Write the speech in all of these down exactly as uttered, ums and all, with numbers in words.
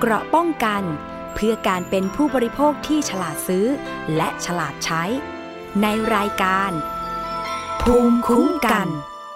เกราะป้องกันเพื่อการเป็นผู้บริโภคที่ฉลาดซื้อและฉลาดใช้ในรายการภูมิคุ้มกัน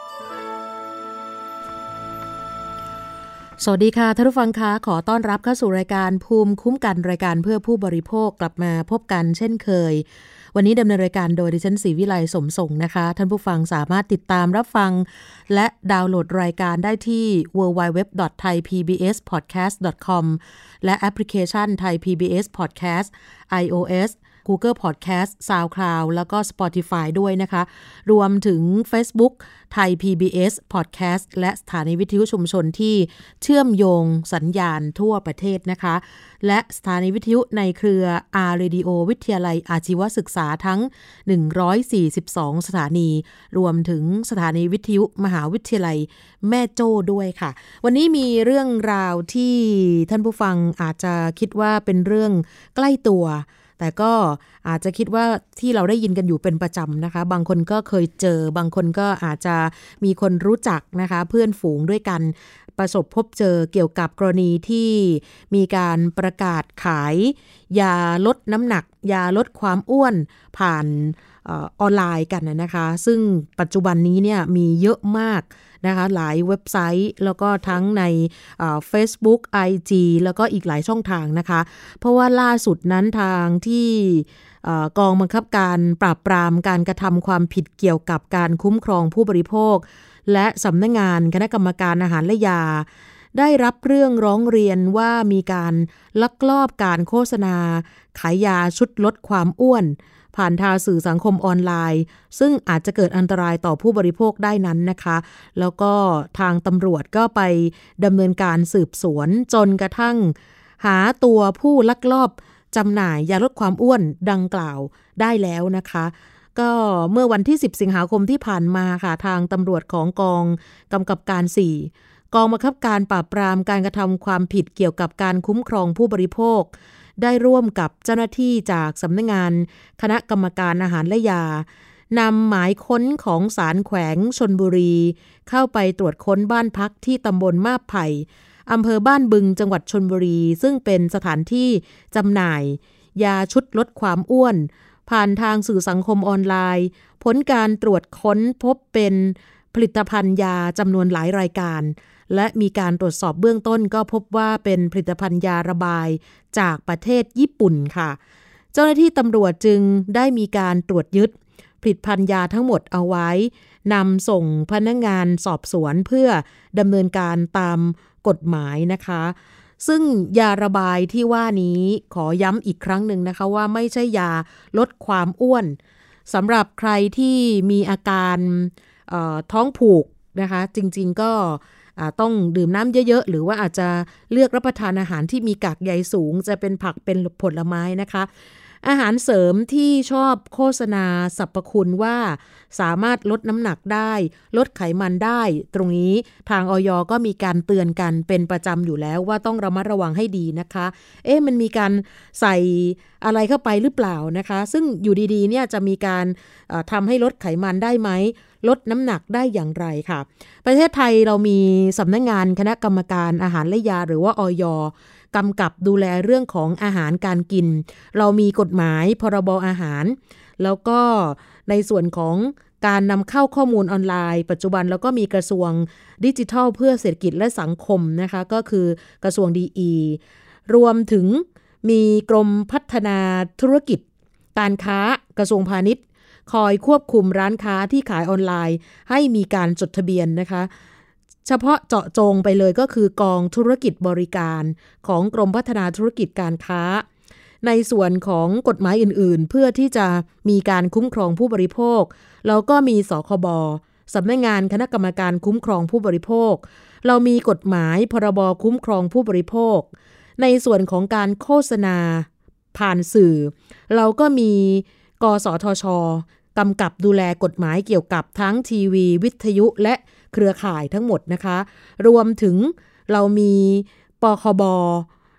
สวัสดีค่ะท่านผู้ฟังคะขอต้อนรับเข้าสู่รายการภูมิคุ้มกันรายการเพื่อผู้บริโภคกลับมาพบกันเช่นเคยวันนี้ดำเนินรายการโดยดิฉันศรีวิไลสมทรงนะคะท่านผู้ฟังสามารถติดตามรับฟังและดาวน์โหลดรายการได้ที่ ดับเบิลยู ดับเบิลยู ดับเบิลยู ดอท ไทย พี บี เอส พอดแคสต์ ดอท คอม และแอปพลิเคชัน Thai พี บี เอส Podcast iOS Google Podcast SoundCloud แล้วก็ Spotify ด้วยนะคะรวมถึง Facebook Thai พี บี เอส Podcast และสถานีวิทยุชุมชนที่เชื่อมโยงสัญญาณทั่วประเทศนะคะและสถานีวิทยุในเครือ R Radio วิทยาลัยอาชีวศึกษาทั้งหนึ่งร้อยสี่สิบสองสถานีรวมถึงสถานีวิทยุมหาวิทยาลัยแม่โจ้ด้วยค่ะวันนี้มีเรื่องราวที่ท่านผู้ฟังอาจจะคิดว่าเป็นเรื่องใกล้ตัวแต่ก็อาจจะคิดว่าที่เราได้ยินกันอยู่เป็นประจำนะคะบางคนก็เคยเจอบางคนก็อาจจะมีคนรู้จักนะคะเพื่อนฝูงด้วยกันประสบพบเจอเกี่ยวกับกรณีที่มีการประกาศขายยาลดน้ำหนักยาลดความอ้วนผ่านออนไลน์กันนะคะซึ่งปัจจุบันนี้เนี่ยมีเยอะมากนะคะหลายเว็บไซต์แล้วก็ทั้งใน Facebook ไอ จี แล้วก็อีกหลายช่องทางนะคะเพราะว่าล่าสุดนั้นทางที่กองบังคับการปราบปรามการกระทำความผิดเกี่ยวกับการคุ้มครองผู้บริโภคและสำนักงานคณะกรรมการอาหารและยาได้รับเรื่องร้องเรียนว่ามีการลักลอบการโฆษณาขายยาชุดลดความอ้วนผ่านทางสื่อสังคมออนไลน์ซึ่งอาจจะเกิดอันตรายต่อผู้บริโภคได้นั้นนะคะแล้วก็ทางตำรวจก็ไปดำเนินการสืบสวนจนกระทั่งหาตัวผู้ลักลอบจำหน่ายยาลดความอ้วนดังกล่าวได้แล้วนะคะก็เมื่อวันที่สิบสิงหาคมที่ผ่านมาค่ะทางตำรวจของกองกำกับการสี่กองบังคับการปราบปรามการกระทำความผิดเกี่ยวกับการคุ้มครองผู้บริโภคได้ร่วมกับเจ้าหน้าที่จากสำนักงานคณะกรรมการอาหารและยานำหมายค้นของศาลแขวงชลบุรีเข้าไปตรวจค้นบ้านพักที่ตำบลมาบไผ่อำเภอบ้านบึงจังหวัดชลบุรีซึ่งเป็นสถานที่จำหน่ายยาชุดลดความอ้วนผ่านทางสื่อสังคมออนไลน์ผลการตรวจค้นพบเป็นผลิตภัณฑ์ยาจำนวนหลายรายการและมีการตรวจสอบเบื้องต้นก็พบว่าเป็นผลิตภัณฑ์ยาระบายจากประเทศญี่ปุ่นค่ะเจ้าหน้าที่ตำรวจจึงได้มีการตรวจยึดผลิตภัณฑ์ยาทั้งหมดเอาไว้นำส่งพนักงานสอบสวนเพื่อดำเนินการตามกฎหมายนะคะซึ่งยาระบายที่ว่านี้ขอย้ำอีกครั้งหนึ่งนะคะว่าไม่ใช่ยาลดความอ้วนสำหรับใครที่มีอาการเอ่อท้องผูกนะคะจริงๆก็ต้องดื่มน้ำเยอะๆหรือว่าอาจจะเลือกรับประทานอาหารที่มีกากใยสูงจะเป็นผักเป็นผลไม้นะคะอาหารเสริมที่ชอบโฆษณาสรรพคุณว่าสามารถลดน้ำหนักได้ลดไขมันได้ตรงนี้ทางอย.ก็มีการเตือนกันเป็นประจำอยู่แล้วว่าต้องระมัดระวังให้ดีนะคะเอ๊ะมันมีการใส่อะไรเข้าไปหรือเปล่านะคะซึ่งอยู่ดีๆเนี่ยจะมีการทำให้ลดไขมันได้ไหมลดน้ำหนักได้อย่างไรค่ะประเทศไทยเรามีสำนักงานคณะกรรมการอาหารและยาหรือว่าอย.กำกับดูแลเรื่องของอาหารการกินเรามีกฎหมายพรบอาหารแล้วก็ในส่วนของการนำเข้าข้อมูลออนไลน์ปัจจุบันแล้วก็มีกระทรวงดิจิทัลเพื่อเศรษฐกิจและสังคมนะคะก็คือกระทรวงดีอีรวมถึงมีกรมพัฒนาธุรกิจการค้ากระทรวงพาณิชย์คอยควบคุมร้านค้าที่ขายออนไลน์ให้มีการจดทะเบียนนะคะเฉพาะเจาะจงไปเลยก็คือกองธุรกิจบริการของกรมพัฒนาธุรกิจการค้าในส่วนของกฎหมายอื่นๆเพื่อที่จะมีการคุ้มครองผู้บริโภคเราก็มีสคบสำนักงานคณะกรรมการคุ้มครองผู้บริโภคเรามีกฎหมายพรบคุ้มครองผู้บริโภคในส่วนของการโฆษณาผ่านสื่อเราก็มีกสทช.กำกับดูแลกฎหมายเกี่ยวกับทั้งทีวีวิทยุและเครือข่ายทั้งหมดนะคะรวมถึงเรามีปคบ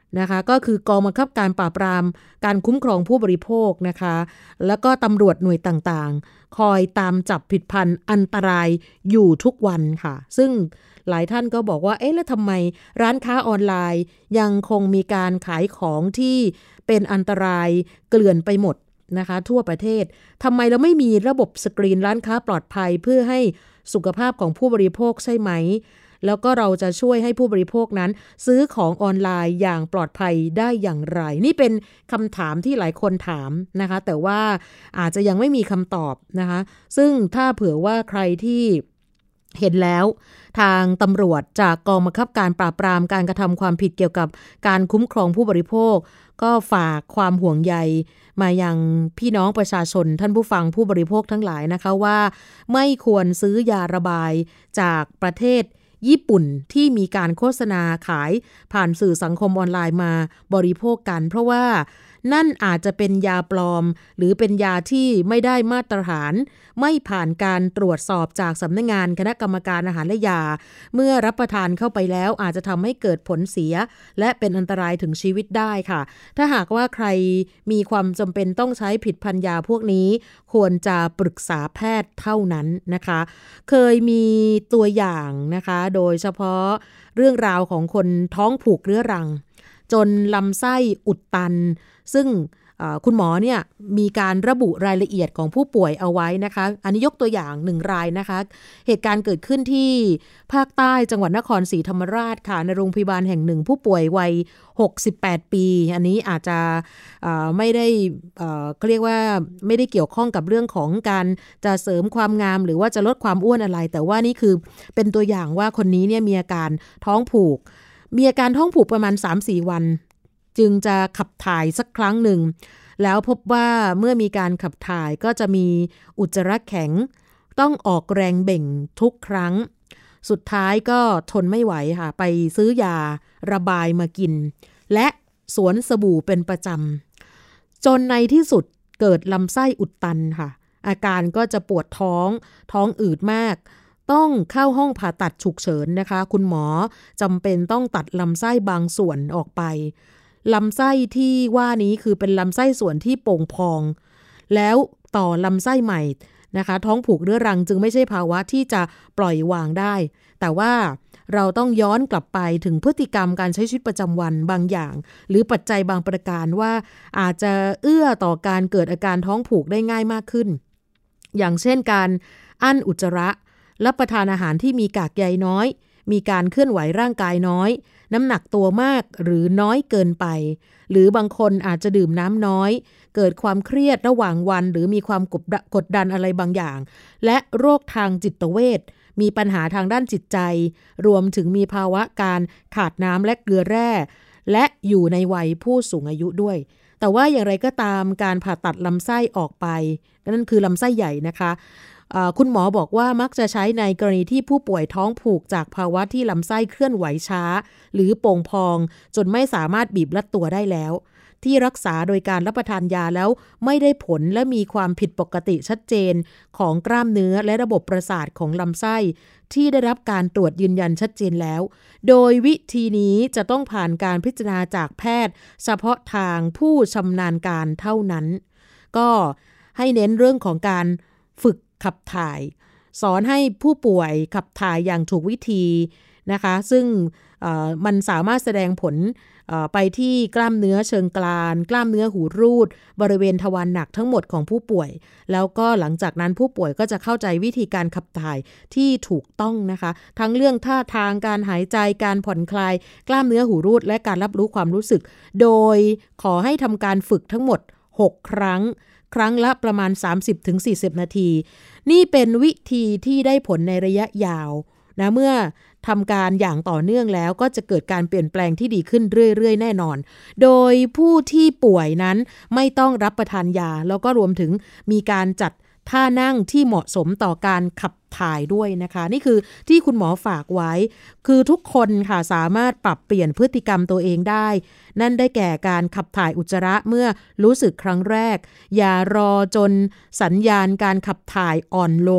นะคะก็คือกองบังคับการปราบปรามการคุ้มครองผู้บริโภคนะคะแล้วก็ตำรวจหน่วยต่างๆคอยตามจับผิดพันอันตรายอยู่ทุกวันค่ะซึ่งหลายท่านก็บอกว่าเอ๊ะแล้วทำไมร้านค้าออนไลน์ยังคงมีการขายของที่เป็นอันตรายเกลื่อนไปหมดนะคะทั่วประเทศทำไมเราไม่มีระบบสกรีนร้านค้าปลอดภัยเพื่อให้สุขภาพของผู้บริโภคใช่ไหมแล้วก็เราจะช่วยให้ผู้บริโภคนั้นซื้อของออนไลน์อย่างปลอดภัยได้อย่างไรนี่เป็นคำถามที่หลายคนถามนะคะแต่ว่าอาจจะยังไม่มีคำตอบนะคะซึ่งถ้าเผื่อว่าใครที่เห็นแล้วทางตำรวจจากกองบังคับการปราบปรามการกระทำความผิดเกี่ยวกับการคุ้มครองผู้บริโภคก็ฝากความห่วงใยมายังพี่น้องประชาชนท่านผู้ฟังผู้บริโภคทั้งหลายนะคะว่าไม่ควรซื้อยาระบายจากประเทศญี่ปุ่นที่มีการโฆษณาขายผ่านสื่อสังคมออนไลน์มาบริโภคกันเพราะว่านั่นอาจจะเป็นยาปลอมหรือเป็นยาที่ไม่ได้มาตรฐานไม่ผ่านการตรวจสอบจากสำนักงานคณะกรรมการอาหารและยาเมื่อรับประทานเข้าไปแล้วอาจจะทำให้เกิดผลเสียและเป็นอันตรายถึงชีวิตได้ค่ะถ้าหากว่าใครมีความจำเป็นต้องใช้ผลิตภัณฑ์ยาพวกนี้ควรจะปรึกษาแพทย์เท่านั้นนะคะเคยมีตัวอย่างนะคะโดยเฉพาะเรื่องราวของคนท้องผูกเรื้อรังจนลำไส้อุดตันซึ่งคุณหมอเนี่ยมีการระบุรายละเอียดของผู้ป่วยเอาไว้นะคะอันนี้ยกตัวอย่างหนึ่งรายนะคะเหตุการณ์เกิดขึ้นที่ภาคใต้จังหวัดนครศรีธรรมราชค่ะในโรงพยาบาลแห่งหนึ่งผู้ป่วยวัยหกสิบแปดปีอันนี้อาจจะไม่ได้เขาเรียกว่าไม่ได้เกี่ยวข้องกับเรื่องของการจะเสริมความงามหรือว่าจะลดความอ้วนอะไรแต่ว่านี่คือเป็นตัวอย่างว่าคนนี้เนี่ยมีอาการท้องผูกมีอาการท้องผูกประมาณ สามถึงสี่ วันจึงจะขับถ่ายสักครั้งหนึ่งแล้วพบว่าเมื่อมีการขับถ่ายก็จะมีอุจจาระแข็งต้องออกแรงเบ่งทุกครั้งสุดท้ายก็ทนไม่ไหวค่ะไปซื้อยาระบายมากินและสวนสบู่เป็นประจำจนในที่สุดเกิดลำไส้อุดตันค่ะอาการก็จะปวดท้องท้องอืดมากต้องเข้าห้องผ่าตัดฉุกเฉินนะคะคุณหมอจำเป็นต้องตัดลำไส้บางส่วนออกไปลำไส้ที่ว่านี้คือเป็นลำไส้ส่วนที่โป่งพองแล้วต่อลำไส้ใหม่นะคะท้องผูกเรื้อรังจึงไม่ใช่ภาวะที่จะปล่อยวางได้แต่ว่าเราต้องย้อนกลับไปถึงพฤติกรรมการใช้ชีวิตประจำวันบางอย่างหรือปัจจัยบางประการว่าอาจจะเอื้อต่อการเกิดอาการท้องผูกได้ง่ายมากขึ้นอย่างเช่นการอั้นอุจจาระรับประทานอาหารที่มีกากใยน้อยมีการเคลื่อนไหวร่างกายน้อยน้ำหนักตัวมากหรือน้อยเกินไปหรือบางคนอาจจะดื่มน้ำน้อยเกิดความเครียดระหว่างวันหรือมีความกดดันอะไรบางอย่างและโรคทางจิตเวชมีปัญหาทางด้านจิตใจรวมถึงมีภาวะการขาดน้ำและเกลือแร่และอยู่ในวัยผู้สูงอายุด้วยแต่ว่าอย่างไรก็ตามการผ่าตัดลำไส้ออกไปนั่นคือลำไส้ใหญ่นะคะคุณหมอบอกว่ามักจะใช้ในกรณีที่ผู้ป่วยท้องผูกจากภาวะที่ลำไส้เคลื่อนไหวช้าหรือโป่งพองจนไม่สามารถบีบรัดตัวได้แล้วที่รักษาโดยการรับประทานยาแล้วไม่ได้ผลและมีความผิดปกติชัดเจนของกล้ามเนื้อและระบบประสาทของลำไส้ที่ได้รับการตรวจยืนยันชัดเจนแล้วโดยวิธีนี้จะต้องผ่านการพิจารณาจากแพทย์เฉพาะทางผู้ชำนาญการเท่านั้นก็ให้เน้นเรื่องของการฝึกขับถ่ายสอนให้ผู้ป่วยขับถ่ายอย่างถูกวิธีนะคะซึ่งมันสามารถแสดงผลไปที่กล้ามเนื้อเชิงกรานกล้ามเนื้อหูรูดบริเวณทวารหนักทั้งหมดของผู้ป่วยแล้วก็หลังจากนั้นผู้ป่วยก็จะเข้าใจวิธีการขับถ่ายที่ถูกต้องนะคะทั้งเรื่องท่าทางการหายใจการผ่อนคลายกล้ามเนื้อหูรูดและการรับรู้ความรู้สึกโดยขอให้ทำการฝึกทั้งหมดหกครั้งครั้งละประมาณ สามสิบถึงสี่สิบ นาทีนี่เป็นวิธีที่ได้ผลในระยะยาวนะเมื่อทำการอย่างต่อเนื่องแล้วก็จะเกิดการเปลี่ยนแปลงที่ดีขึ้นเรื่อยๆแน่นอนโดยผู้ที่ป่วยนั้นไม่ต้องรับประทานยาแล้วก็รวมถึงมีการจัดท่านั่งที่เหมาะสมต่อการขับถ่ายด้วยนะคะนี่คือที่คุณหมอฝากไว้คือทุกคนค่ะสามารถปรับเปลี่ยนพฤติกรรมตัวเองได้นั่นได้แก่การขับถ่ายอุจจาระเมื่อรู้สึกครั้งแรกอย่ารอจนสัญญาณการขับถ่ายอ่อนลง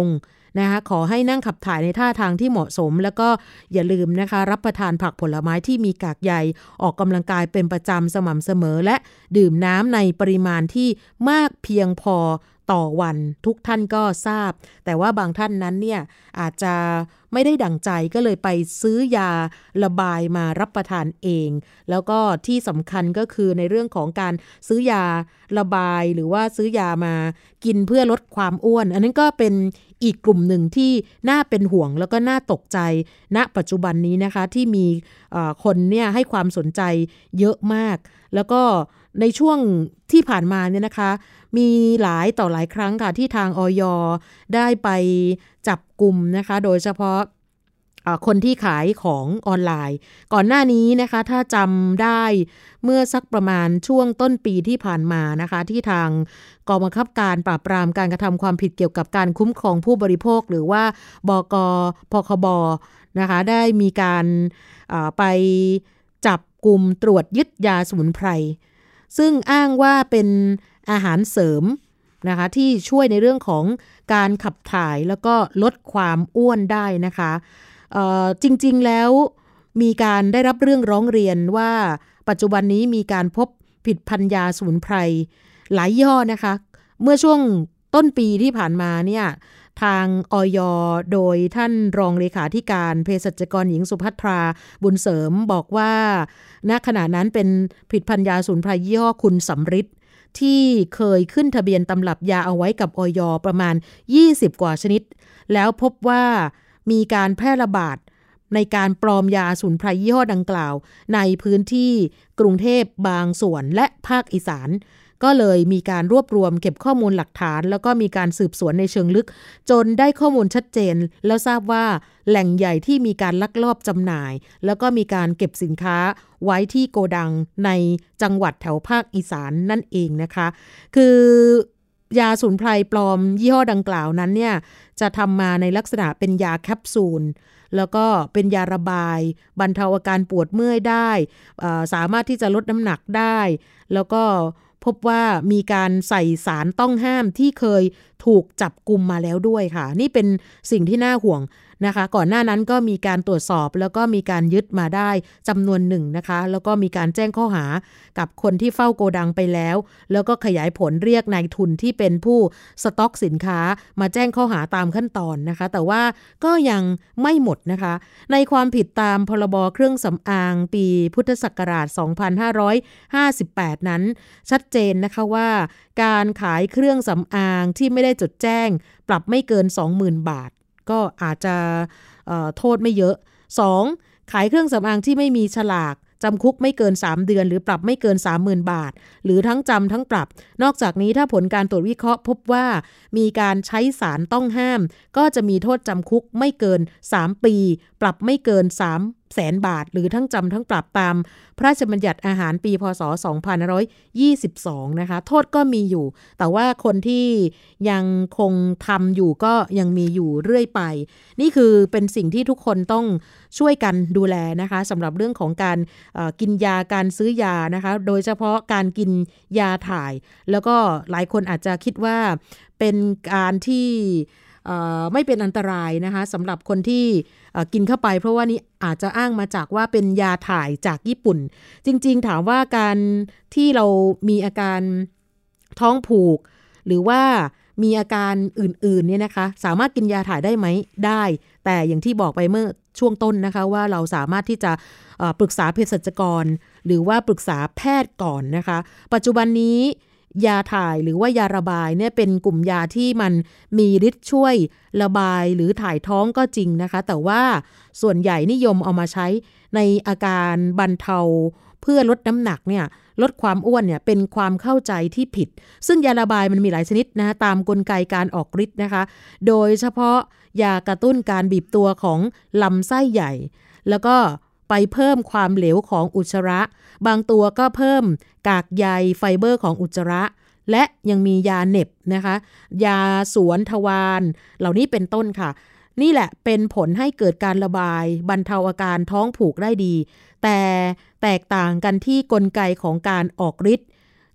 นะคะขอให้นั่งขับถ่ายในท่าทางที่เหมาะสมแล้วก็อย่าลืมนะคะรับประทานผักผลไม้ที่มีกากใยออกกำลังกายเป็นประจำสม่ำเสมอและดื่มน้ำในปริมาณที่มากเพียงพอต่อวันทุกท่านก็ทราบแต่ว่าบางท่านนั้นเนี่ยอาจจะไม่ได้ดั่งใจก็เลยไปซื้อยาระบายมารับประทานเองแล้วก็ที่สำคัญก็คือในเรื่องของการซื้อยาระบายหรือว่าซื้อยามากินเพื่อลดความอ้วนอันนั้นก็เป็นอีกกลุ่มหนึ่งที่น่าเป็นห่วงแล้วก็น่าตกใจณปัจจุบันนี้นะคะที่มีคนเนี่ยให้ความสนใจเยอะมากแล้วก็ในช่วงที่ผ่านมาเนี่ยนะคะมีหลายต่อหลายครั้งค่ะที่ทางอย.ได้ไปจับกลุ่มนะคะโดยเฉพาะคนที่ขายของออนไลน์ก่อนหน้านี้นะคะถ้าจำได้เมื่อสักประมาณช่วงต้นปีที่ผ่านมานะคะที่ทางกองบังคับการปราบปรามการกระทำความผิดเกี่ยวกับการคุ้มครองผู้บริโภคหรือว่าบก.พคบ.นะคะได้มีการไปจับกลุ่มตรวจยึดยาสมุนไพรซึ่งอ้างว่าเป็นอาหารเสริมนะคะที่ช่วยในเรื่องของการขับถ่ายแล้วก็ลดความอ้วนได้นะคะจริงๆแล้วมีการได้รับเรื่องร้องเรียนว่าปัจจุบันนี้มีการพบผลิตภัณฑ์ยาสมุนไพรหลายยี่ห้อนะคะเมื่อช่วงต้นปีที่ผ่านมาเนี่ยทางอย.โดยท่านรองเลขาธิการเภสัชกรหญิงสุภัทราบุญเสริมบอกว่าณขณะนั้นเป็นผลิตภัณฑ์ยาสมุนไพรยี่ห้อคุณสำริดที่เคยขึ้นทะเบียนตำรับยาเอาไว้กับอย.ประมาณยี่สิบกว่าชนิดแล้วพบว่ามีการแพร่ระบาดในการปลอมยาสมุนไพรยี่ห้อดังกล่าวในพื้นที่กรุงเทพบางส่วนและภาคอีสานก็เลยมีการรวบรวมเก็บข้อมูลหลักฐานแล้วก็มีการสืบสวนในเชิงลึกจนได้ข้อมูลชัดเจนแล้วทราบว่าแหล่งใหญ่ที่มีการลักลอบจำหน่ายแล้วก็มีการเก็บสินค้าไว้ที่โกดังในจังหวัดแถวภาคอีสานนั่นเองนะคะคือยาสมุนไพรปลอมยี่ห้อดังกล่าวนั้นเนี่ยจะทำมาในลักษณะเป็นยาแคปซูลแล้วก็เป็นยาระบายบรรเทาอาการปวดเมื่อยได้สามารถที่จะลดน้ำหนักได้แล้วก็พบว่ามีการใส่สารต้องห้ามที่เคยถูกจับกุมมาแล้วด้วยค่ะนี่เป็นสิ่งที่น่าห่วงนะคะก่อนหน้านั้นก็มีการตรวจสอบแล้วก็มีการยึดมาได้จำนวนหนึ่งนะคะแล้วก็มีการแจ้งข้อหากับคนที่เฝ้าโกดังไปแล้วแล้วก็ขยายผลเรียกนายทุนที่เป็นผู้สต็อกสินค้ามาแจ้งข้อหาตามขั้นตอนนะคะแต่ว่าก็ยังไม่หมดนะคะในความผิดตามพรบเครื่องสำอางปีพุทธศักราชสองพันห้าร้อยห้าสิบแปดนั้นชัดเจนนะคะว่าการขายเครื่องสำอางที่ไม่ได้จดแจ้งปรับไม่เกิน สองหมื่น บาทก็อาจจะโทษไม่เยอะสองขายเครื่องสำอางที่ไม่มีฉลากจำคุกไม่เกินสามเดือนหรือปรับไม่เกิน สามหมื่น บาทหรือทั้งจำทั้งปรับนอกจากนี้ถ้าผลการตรวจวิเคราะห์พบว่ามีการใช้สารต้องห้ามก็จะมีโทษจำคุกไม่เกินสามปีปรับไม่เกินสามแสนบาทหรือทั้งจำทั้งปรับตามพระราชบัญญัติอาหารปีพ.ศ. สองพันห้าร้อยยี่สิบสองนะคะโทษก็มีอยู่แต่ว่าคนที่ยังคงทำอยู่ก็ยังมีอยู่เรื่อยไปนี่คือเป็นสิ่งที่ทุกคนต้องช่วยกันดูแลนะคะสำหรับเรื่องของการกินยาการซื้อยานะคะโดยเฉพาะการกินยาถ่ายแล้วก็หลายคนอาจจะคิดว่าเป็นการที่ไม่เป็นอันตรายนะคะสำหรับคนที่กินเข้าไปเพราะว่านี่อาจจะอ้างมาจากว่าเป็นยาถ่ายจากญี่ปุ่นจริงๆถามว่าการที่เรามีอาการท้องผูกหรือว่ามีอาการอื่นๆเนี่ยนะคะสามารถกินยาถ่ายได้ไหมได้แต่อย่างที่บอกไปเมื่อช่วงต้นนะคะว่าเราสามารถที่จะปรึกษาเภสัชกรหรือว่าปรึกษาแพทย์ก่อนนะคะปัจจุบันนี้ยาถ่ายหรือว่ายาระบายเนี่ยเป็นกลุ่มยาที่มันมีฤทธิ์ช่วยระบายหรือถ่ายท้องก็จริงนะคะแต่ว่าส่วนใหญ่นิยมเอามาใช้ในอาการบรรเทาเพื่อลดน้ำหนักเนี่ยลดความอ้วนเนี่ยเป็นความเข้าใจที่ผิดซึ่งยาระบายมันมีหลายชนิดนะตามกลไกการออกฤทธิ์นะคะโดยเฉพาะยากระตุ้นการบีบตัวของลำไส้ใหญ่แล้วก็ไปเพิ่มความเหลวของอุจจาระบางตัวก็เพิ่มกากใยไฟเบอร์ของอุจจาระและยังมียาเหน็บนะคะยาสวนทวารเหล่านี้เป็นต้นค่ะนี่แหละเป็นผลให้เกิดการระบายบรรเทาอาการท้องผูกได้ดีแต่แตกต่างกันที่กลไกของการออกฤทธิ์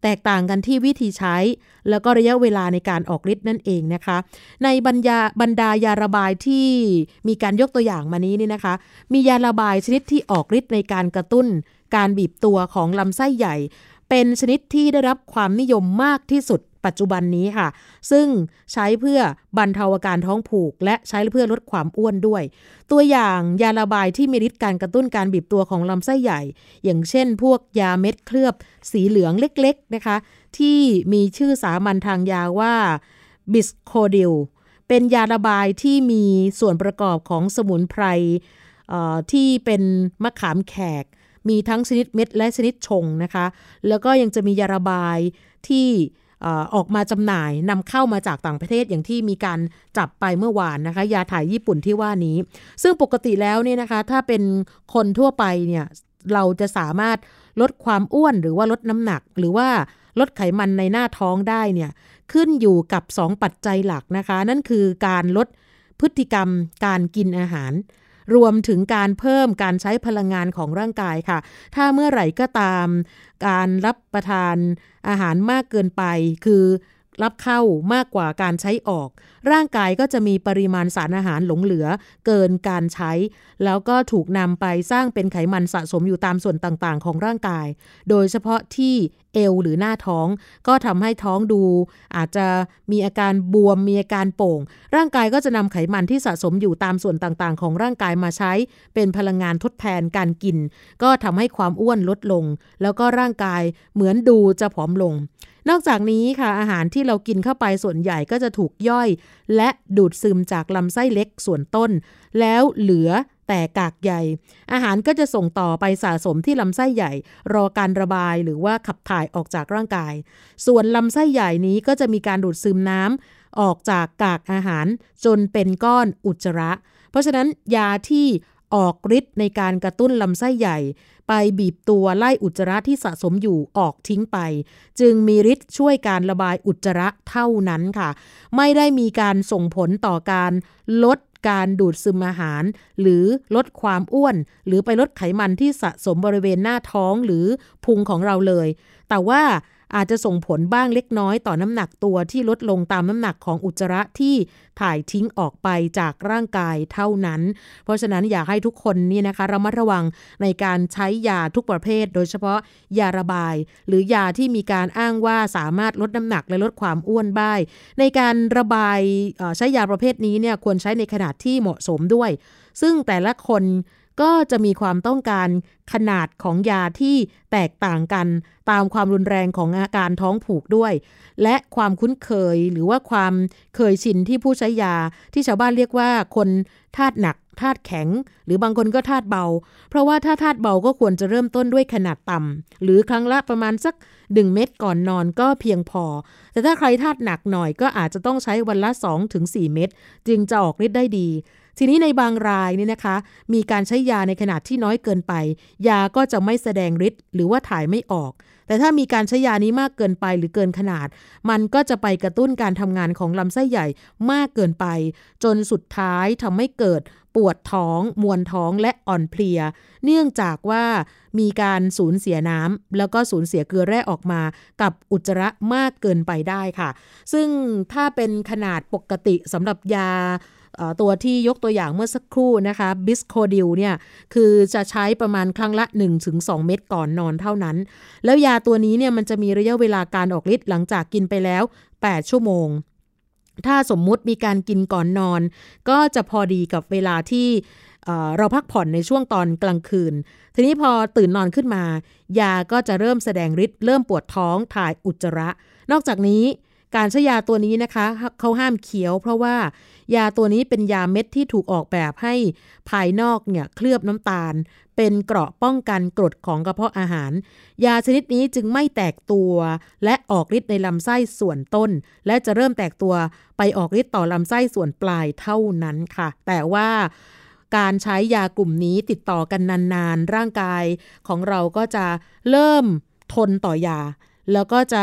แตกต่างกันที่วิธีใช้แล้วก็ระยะเวลาในการออกฤทธิ์นั่นเองนะคะในบรรดาบรรดายาระบายที่มีการยกตัวอย่างมานี้นี่นะคะมียาระบายชนิดที่ออกฤทธิ์ในการกระตุ้นการบีบตัวของลำไส้ใหญ่เป็นชนิดที่ได้รับความนิยมมากที่สุดปัจจุบันนี้ค่ะซึ่งใช้เพื่อบรรเทาอาการท้องผูกและใช้เพื่อลดความอ้วนด้วยตัวอย่างยาระบายที่มีฤทธิ์การกระตุ้นการบีบตัวของลำไส้ใหญ่อย่างเช่นพวกยาเม็ดเคลือบสีเหลืองเล็กๆนะคะที่มีชื่อสามัญทางยาว่าบิสโคดิลเป็นยาระบายที่มีส่วนประกอบของสมุนไพรที่เป็นมะขามแขกมีทั้งชนิดเม็ดและชนิดชงนะคะแล้วก็ยังจะมียาระบายที่ออกมาจำหน่ายนำเข้ามาจากต่างประเทศอย่างที่มีการจับไปเมื่อวานนะคะยาถ่ายญี่ปุ่นที่ว่านี้ซึ่งปกติแล้วเนี่ยนะคะถ้าเป็นคนทั่วไปเนี่ยเราจะสามารถลดความอ้วนหรือว่าลดน้ำหนักหรือว่าลดไขมันในหน้าท้องได้เนี่ยขึ้นอยู่กับสองปัจจัยหลักนะคะนั่นคือการลดพฤติกรรมการกินอาหารรวมถึงการเพิ่มการใช้พลังงานของร่างกายค่ะถ้าเมื่อไหร่ก็ตามการรับประทานอาหารมากเกินไปคือรับเข้ามากกว่าการใช้ออกร่างกายก็จะมีปริมาณสารอาหารหลงเหลือเกินการใช้แล้วก็ถูกนำไปสร้างเป็นไขมันสะสมอยู่ตามส่วนต่างๆของร่างกายโดยเฉพาะที่เอวหรือหน้าท้องก็ทำให้ท้องดูอาจจะมีอาการบวมมีอาการโป่งร่างกายก็จะนำไขมันที่สะสมอยู่ตามส่วนต่างๆของร่างกายมาใช้เป็นพลังงานทดแทนการกินก็ทำให้ความอ้วนลดลงแล้วก็ร่างกายเหมือนดูจะผอมลงนอกจากนี้ค่ะอาหารที่เรากินเข้าไปส่วนใหญ่ก็จะถูกย่อยและดูดซึมจากลำไส้เล็กส่วนต้นแล้วเหลือแต่กากใยอาหารก็จะส่งต่อไปสะสมที่ลำไส้ใหญ่รอการระบายหรือว่าขับถ่ายออกจากร่างกายส่วนลำไส้ใหญ่นี้ก็จะมีการดูดซึมน้ำออกจากกากอาหารจนเป็นก้อนอุจจาระเพราะฉะนั้นยาที่ออกฤทธิ์ในการกระตุ้นลำไส้ใหญ่ไปบีบตัวไล่อุจจาระที่สะสมอยู่ออกทิ้งไปจึงมีฤทธิ์ช่วยการระบายอุจจาระเท่านั้นค่ะไม่ได้มีการส่งผลต่อการลดการดูดซึมอาหารหรือลดความอ้วนหรือไปลดไขมันที่สะสมบริเวณหน้าท้องหรือพุงของเราเลยแต่ว่าอาจจะส่งผลบ้างเล็กน้อยต่อน้ำหนักตัวที่ลดลงตามน้ำหนักของอุจจาระที่ถ่ายทิ้งออกไปจากร่างกายเท่านั้นเพราะฉะนั้นอยากให้ทุกคนนี่นะคะระมัดระวังในการใช้ยาทุกประเภทโดยเฉพาะยาระบายหรือยาที่มีการอ้างว่าสามารถลดน้ำหนักและลดความอ้วนได้ในการระบายใช้ยาประเภทนี้เนี่ยควรใช้ในขนาดที่เหมาะสมด้วยซึ่งแต่ละคนก็จะมีความต้องการขนาดของยาที่แตกต่างกันตามความรุนแรงของอาการท้องผูกด้วยและความคุ้นเคยหรือว่าความเคยชินที่ผู้ใช้ยาที่ชาวบ้านเรียกว่าคนธาตุหนักธาตุแข็งหรือบางคนก็ธาตุเบาเพราะว่าถ้าธาตุเบาก็ควรจะเริ่มต้นด้วยขนาดต่ำหรือครั้งละประมาณสักหนึ่งเม็ดก่อนนอนก็เพียงพอแต่ถ้าใครธาตุหนักหน่อยก็อาจจะต้องใช้วันละ สองถึงสี่ เม็ดจึงจะออกฤทธิ์ได้ดีทีนี้ในบางรายเนี่ยนะคะมีการใช้ยาในขนาดที่น้อยเกินไปยาก็จะไม่แสดงฤทธิ์หรือว่าถ่ายไม่ออกแต่ถ้ามีการใช้ยานี้มากเกินไปหรือเกินขนาดมันก็จะไปกระตุ้นการทำงานของลำไส้ใหญ่มากเกินไปจนสุดท้ายทำให้เกิดปวดท้องมวนท้องและอ่อนเพลียเนื่องจากว่ามีการสูญเสียน้ำแล้วก็สูญเสียเกลือแร่ออกมากับอุจจาระมากเกินไปได้ค่ะซึ่งถ้าเป็นขนาดปกติสำหรับยาตัวที่ยกตัวอย่างเมื่อสักครู่นะคะบิสโคดิลเนี่ยคือจะใช้ประมาณครั้งละ หนึ่งถึงสอง เม็ดก่อนนอนเท่านั้นแล้วยาตัวนี้เนี่ยมันจะมีระยะเวลาการออกฤทธิ์หลังจากกินไปแล้วแปดชั่วโมงถ้าสมมุติมีการกินก่อนนอนก็จะพอดีกับเวลาที่เราพักผ่อนในช่วงตอนกลางคืนทีนี้พอตื่นนอนขึ้นมายาก็จะเริ่มแสดงฤทธิ์เริ่มปวดท้องถ่ายอุจจาระนอกจากนี้การใช้ยาตัวนี้นะคะเขาห้ามเคี้ยวเพราะว่ายาตัวนี้เป็นยาเม็ดที่ถูกออกแบบให้ภายนอกเนี่ยเคลือบน้ำตาลเป็นเกราะป้องกันกรดของกระเพาะอาหารยาชนิดนี้จึงไม่แตกตัวและออกฤทธิ์ในลำไส้ส่วนต้นและจะเริ่มแตกตัวไปออกฤทธิ์ต่อลำไส้ส่วนปลายเท่านั้นค่ะแต่ว่าการใช้ยากลุ่มนี้ติดต่อกันนานๆร่างกายของเราก็จะเริ่มทนต่อยาแล้วก็จะ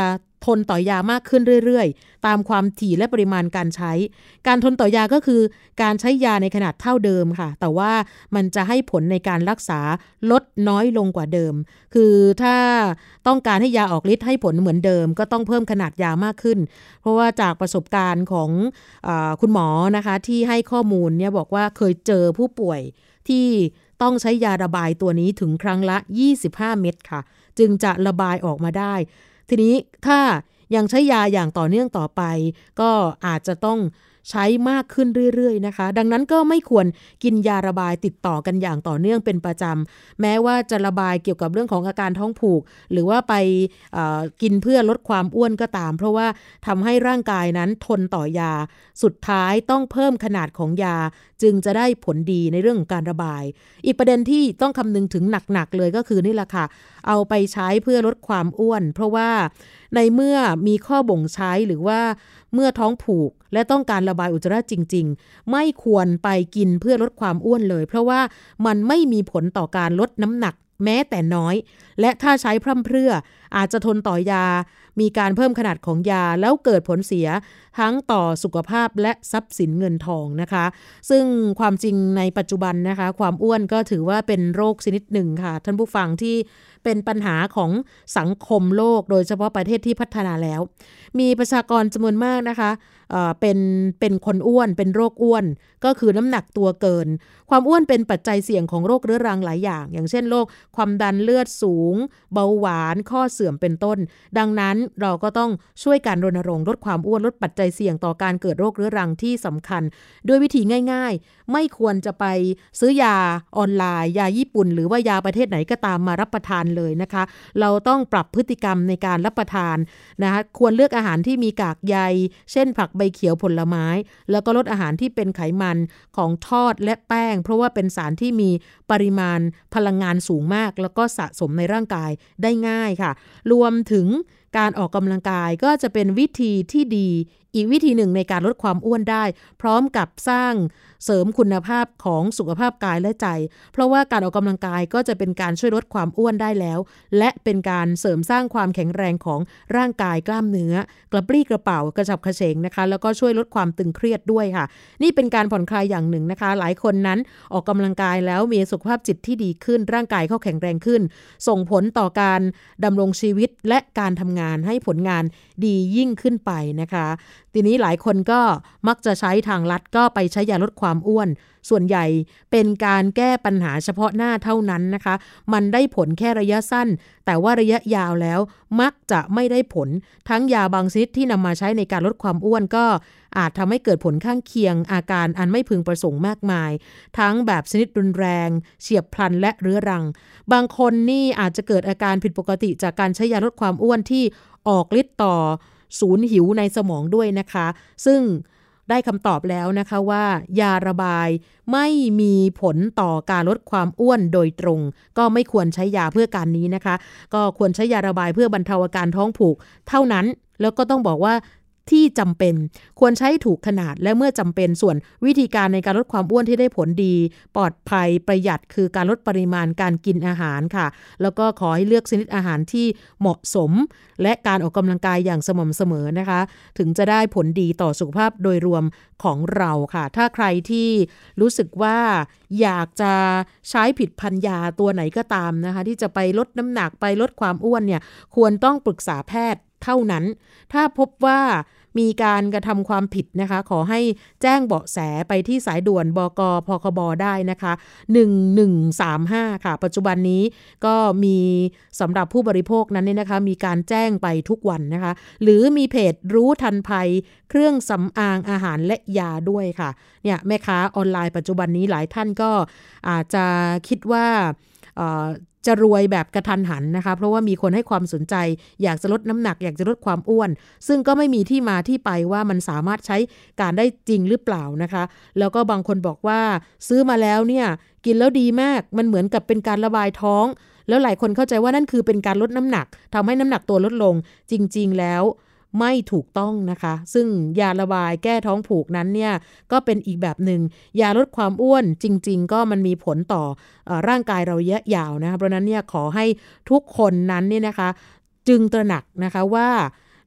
ทนต่อยามากขึ้นเรื่อยๆตามความถี่และปริมาณการใช้การทนต่อยาก็คือการใช้ยาในขนาดเท่าเดิมค่ะแต่ว่ามันจะให้ผลในการรักษาลดน้อยลงกว่าเดิมคือถ้าต้องการให้ยาออกฤทธิ์ให้ผลเหมือนเดิมก็ต้องเพิ่มขนาดยามากขึ้นเพราะว่าจากประสบการณ์ของเอ่อคุณหมอนะคะที่ให้ข้อมูลเนี่ยบอกว่าเคยเจอผู้ป่วยที่ต้องใช้ยาระบายตัวนี้ถึงครั้งละยี่สิบห้าเม็ดค่ะจึงจะระบายออกมาได้ทีนี้ถ้ายังใช้ยาอย่างต่อเนื่องต่อไปก็อาจจะต้องใช้มากขึ้นเรื่อยๆนะคะดังนั้นก็ไม่ควรกินยาระบายติดต่อกันอย่างต่อเนื่องเป็นประจำแม้ว่าจะระบายเกี่ยวกับเรื่องของอาการท้องผูกหรือว่าไปเอ่อกินเพื่อลดความอ้วนก็ตามเพราะว่าทำให้ร่างกายนั้นทนต่อยาสุดท้ายต้องเพิ่มขนาดของยาจึงจะได้ผลดีในเรื่องของการระบายอีกประเด็นที่ต้องคำนึงถึงหนักๆเลยก็คือนี่แหละค่ะเอาไปใช้เพื่อลดความอ้วนเพราะว่าในเมื่อมีข้อบ่งใช้หรือว่าเมื่อท้องผูกและต้องการระบายอุจจาระจริงๆไม่ควรไปกินเพื่อลดความอ้วนเลยเพราะว่ามันไม่มีผลต่อการลดน้ำหนักแม้แต่น้อยและถ้าใช้พร่ำเพรื่ออาจจะทนต่อยามีการเพิ่มขนาดของยาแล้วเกิดผลเสียทั้งต่อสุขภาพและทรัพย์สินเงินทองนะคะซึ่งความจริงในปัจจุบันนะคะความอ้วนก็ถือว่าเป็นโรคชนิดหนึ่งค่ะท่านผู้ฟังที่เป็นปัญหาของสังคมโลกโดยเฉพาะประเทศที่พัฒนาแล้วมีประชากรจำนวนมากนะคะเอ่อเป็นเป็นคนอ้วนเป็นโรคอ้วนก็คือน้ำหนักตัวเกินความอ้วนเป็นปัจจัยเสี่ยงของโรคเรื้อรังหลายอย่างอย่างเช่นโรคความดันเลือดสูงเบาหวานข้อเสื่อมเป็นต้นดังนั้นเราก็ต้องช่วยการรณรงค์ลดความอ้วนลดปัจจัยเสี่ยงต่อการเกิดโรคเรื้อรังที่สำคัญด้วยวิธีง่ายๆไม่ควรจะไปซื้อยาออนไลน์ยาญี่ปุ่นหรือว่ายาประเทศไหนก็ตามมารับประทานเลยนะคะเราต้องปรับพฤติกรรมในการรับประทานนะคะควรเลือกอาหารที่มีกากใยเช่นผักใบเขียวผลไม้แล้วก็ลดอาหารที่เป็นไขมันของทอดและแป้งเพราะว่าเป็นสารที่มีปริมาณพลังงานสูงมากแล้วก็สะสมในร่างกายได้ง่ายค่ะรวมถึงการออกกำลังกายก็จะเป็นวิธีที่ดีอีกวิธีหนึ่งในการลดความอ้วนได้พร้อมกับสร้างเสริมคุณภาพของสุขภาพกายและใจเพราะว่าการออกกำลังกายก็จะเป็นการช่วยลดความอ้วนได้แล้วและเป็นการเสริมสร้างความแข็งแรงของร่างกายกล้ามเนื้อกระปรี้กระเป๋ากระฉับกระเฉงนะคะแล้วก็ช่วยลดความตึงเครียดด้วยค่ะนี่เป็นการผ่อนคลายอย่างหนึ่งนะคะหลายคนนั้นออกกำลังกายแล้วมีสุขภาพจิตที่ดีขึ้นร่างกายเขาแข็งแรงขึ้นส่งผลต่อการดำรงชีวิตและการทำงานให้ผลงานดียิ่งขึ้นไปนะคะทีนี้หลายคนก็มักจะใช้ทางลัดก็ไปใช้ยาลดความอ้วนส่วนใหญ่เป็นการแก้ปัญหาเฉพาะหน้าเท่านั้นนะคะมันได้ผลแค่ระยะสั้นแต่ว่าระยะยาวแล้วมักจะไม่ได้ผลทั้งยาบางชนิดที่นำมาใช้ในการลดความอ้วนก็อาจทำให้เกิดผลข้างเคียงอาการอันไม่พึงประสงค์มากมายทั้งแบบชนิดรุนแรงเฉียบพลันและเรื้อรังบางคนนี่อาจจะเกิดอาการผิดปกติจากการใช้ยาลดความอ้วนที่ออกฤทธิ์ต่อศูนย์หิวในสมองด้วยนะคะซึ่งได้คำตอบแล้วนะคะว่ายาระบายไม่มีผลต่อการลดความอ้วนโดยตรงก็ไม่ควรใช้ยาเพื่อการนี้นะคะก็ควรใช้ยาระบายเพื่อบรรเทาอาการท้องผูกเท่านั้นแล้วก็ต้องบอกว่าที่จำเป็นควรใช้ถูกขนาดและเมื่อจำเป็นส่วนวิธีการในการลดความอ้วนที่ได้ผลดีปลอดภัยประหยัดคือการลดปริมาณการกินอาหารค่ะแล้วก็ขอให้เลือกชนิดอาหารที่เหมาะสมและการออกกำลังกายอย่างสม่ำเสมอนะคะถึงจะได้ผลดีต่อสุขภาพโดยรวมของเราค่ะถ้าใครที่รู้สึกว่าอยากจะใช้ผิดพันยาตัวไหนก็ตามนะคะที่จะไปลดน้ำหนักไปลดความอ้วนเนี่ยควรต้องปรึกษาแพทย์เท่านั้นถ้าพบว่ามีการกระทำความผิดนะคะขอให้แจ้งเบาะแสไปที่สายด่วนบก.พคบ.ได้นะคะหนึ่งหนึ่งสามห้าค่ะปัจจุบันนี้ก็มีสำหรับผู้บริโภคนั้นเนี่ยนะคะมีการแจ้งไปทุกวันนะคะหรือมีเพจรู้ทันภัยเครื่องสำอางอาหารและยาด้วยค่ะเนี่ยแม่ค้าออนไลน์ปัจจุบันนี้หลายท่านก็อาจจะคิดว่าจะรวยแบบกระทันหันนะคะเพราะว่ามีคนให้ความสนใจอยากจะลดน้ำหนักอยากจะลดความอ้วนซึ่งก็ไม่มีที่มาที่ไปว่ามันสามารถใช้การได้จริงหรือเปล่านะคะแล้วก็บางคนบอกว่าซื้อมาแล้วเนี่ยกินแล้วดีมากมันเหมือนกับเป็นการระบายท้องแล้วหลายคนเข้าใจว่านั่นคือเป็นการลดน้ำหนักทำให้น้ำหนักตัวลดลงจริงๆแล้วไม่ถูกต้องนะคะซึ่งยาระบายแก้ท้องผูกนั้นเนี่ยก็เป็นอีกแบบหนึ่งยาลดความอ้วนจริงๆก็มันมีผลต่อเอ่อร่างกายเราระยะยาวนะคะเพราะนั้นเนี่ยขอให้ทุกคนนั้นเนี่ยนะคะจึงตระหนักนะคะว่า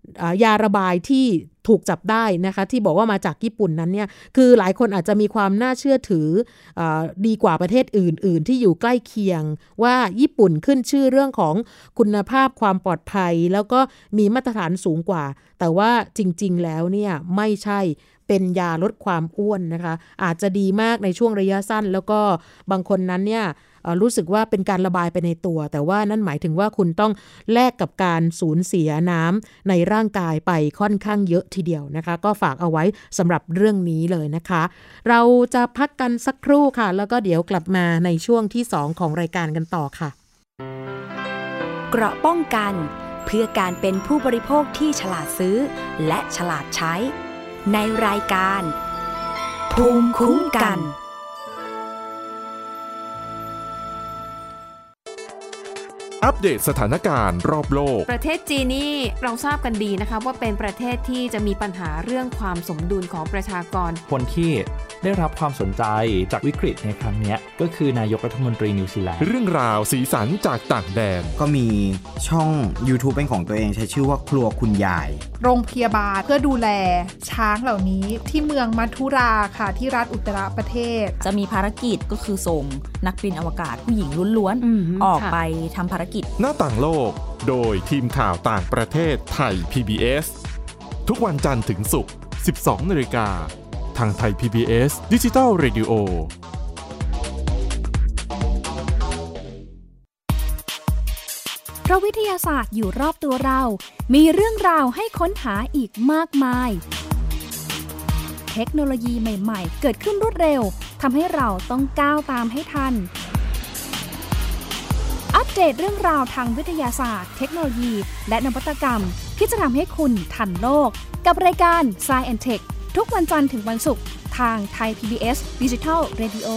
ยาระบายที่ถูกจับได้นะคะที่บอกว่ามาจากญี่ปุ่นนั้นเนี่ยคือหลายคนอาจจะมีความน่าเชื่อถืออดีกว่าประเทศอื่นๆที่อยู่ใกล้เคียงว่าญี่ปุ่นขึ้นชื่อเรื่องของคุณภาพความปลอดภัยแล้วก็มีมาตรฐานสูงกว่าแต่ว่าจริงๆแล้วเนี่ยไม่ใช่เป็นยาลดความอ้วนนะคะอาจจะดีมากในช่วงระยะสั้นแล้วก็บางคนนั้นเนี่ยรู้สึกว่าเป็นการระบายไปในตัวแต่ว่านั่นหมายถึงว่าคุณต้องแลกกับการสูญเสียน้ำในร่างกายไปค่อนข้างเยอะทีเดียวนะคะก็ฝากเอาไว้สำหรับเรื่องนี้เลยนะคะเราจะพักกันสักครู่ค่ะแล้วก็เดี๋ยวกลับมาในช่วงที่สองของรายการกันต่อค่ะเกราะป้องกันเพื่อการเป็นผู้บริโภคที่ฉลาดซื้อและฉลาดใช้ในรายการภูมิคุ้มกันอัปเดตสถานการณ์รอบโลกประเทศจีนนี่เราทราบกันดีนะคะว่าเป็นประเทศที่จะมีปัญหาเรื่องความสมดุลของประชากรคนที่ได้รับความสนใจจากวิกฤตในครั้งนี้ก็คือนายกรัฐมนตรีนิวซีแลนด์เรื่องราวสีสันจากต่างแดนก็มีช่อง YouTube เป็นของตัวเองใช้ชื่อว่าครัวคุณยายโรงพยาบาลเพื่อดูแลช้างเหล่านี้ที่เมืองมัทุราค่ะที่รัฐอุตตรประเทศจะมีภารกิจก็คือส่งนักบินอวกาศผู้หญิงล้วนๆออกไปทำภารกิจหน้าต่างโลกโดยทีมข่าวต่างประเทศไทย พี บี เอส ทุกวันจันทร์ถึงศุกร์ สิบสองนาฬิกาทางไทย พี บี เอส Digital Radio เพราะวิทยาศาสตร์อยู่รอบตัวเรามีเรื่องราวให้ค้นหาอีกมากมายเทคโนโลยีใหม่ๆเกิดขึ้นรวดเร็วทำให้เราต้องก้าวตามให้ทันอัปเดตเรื่องราวทางวิทยาศาสตร์เทคโนโลยีและนวัตกรรมที่จะทำให้คุณทันโลกกับรายการ Science แอนด์ Tech ทุกวันจันทร์ถึงวันศุกร์ทางไทย พี บี เอส Digital Radio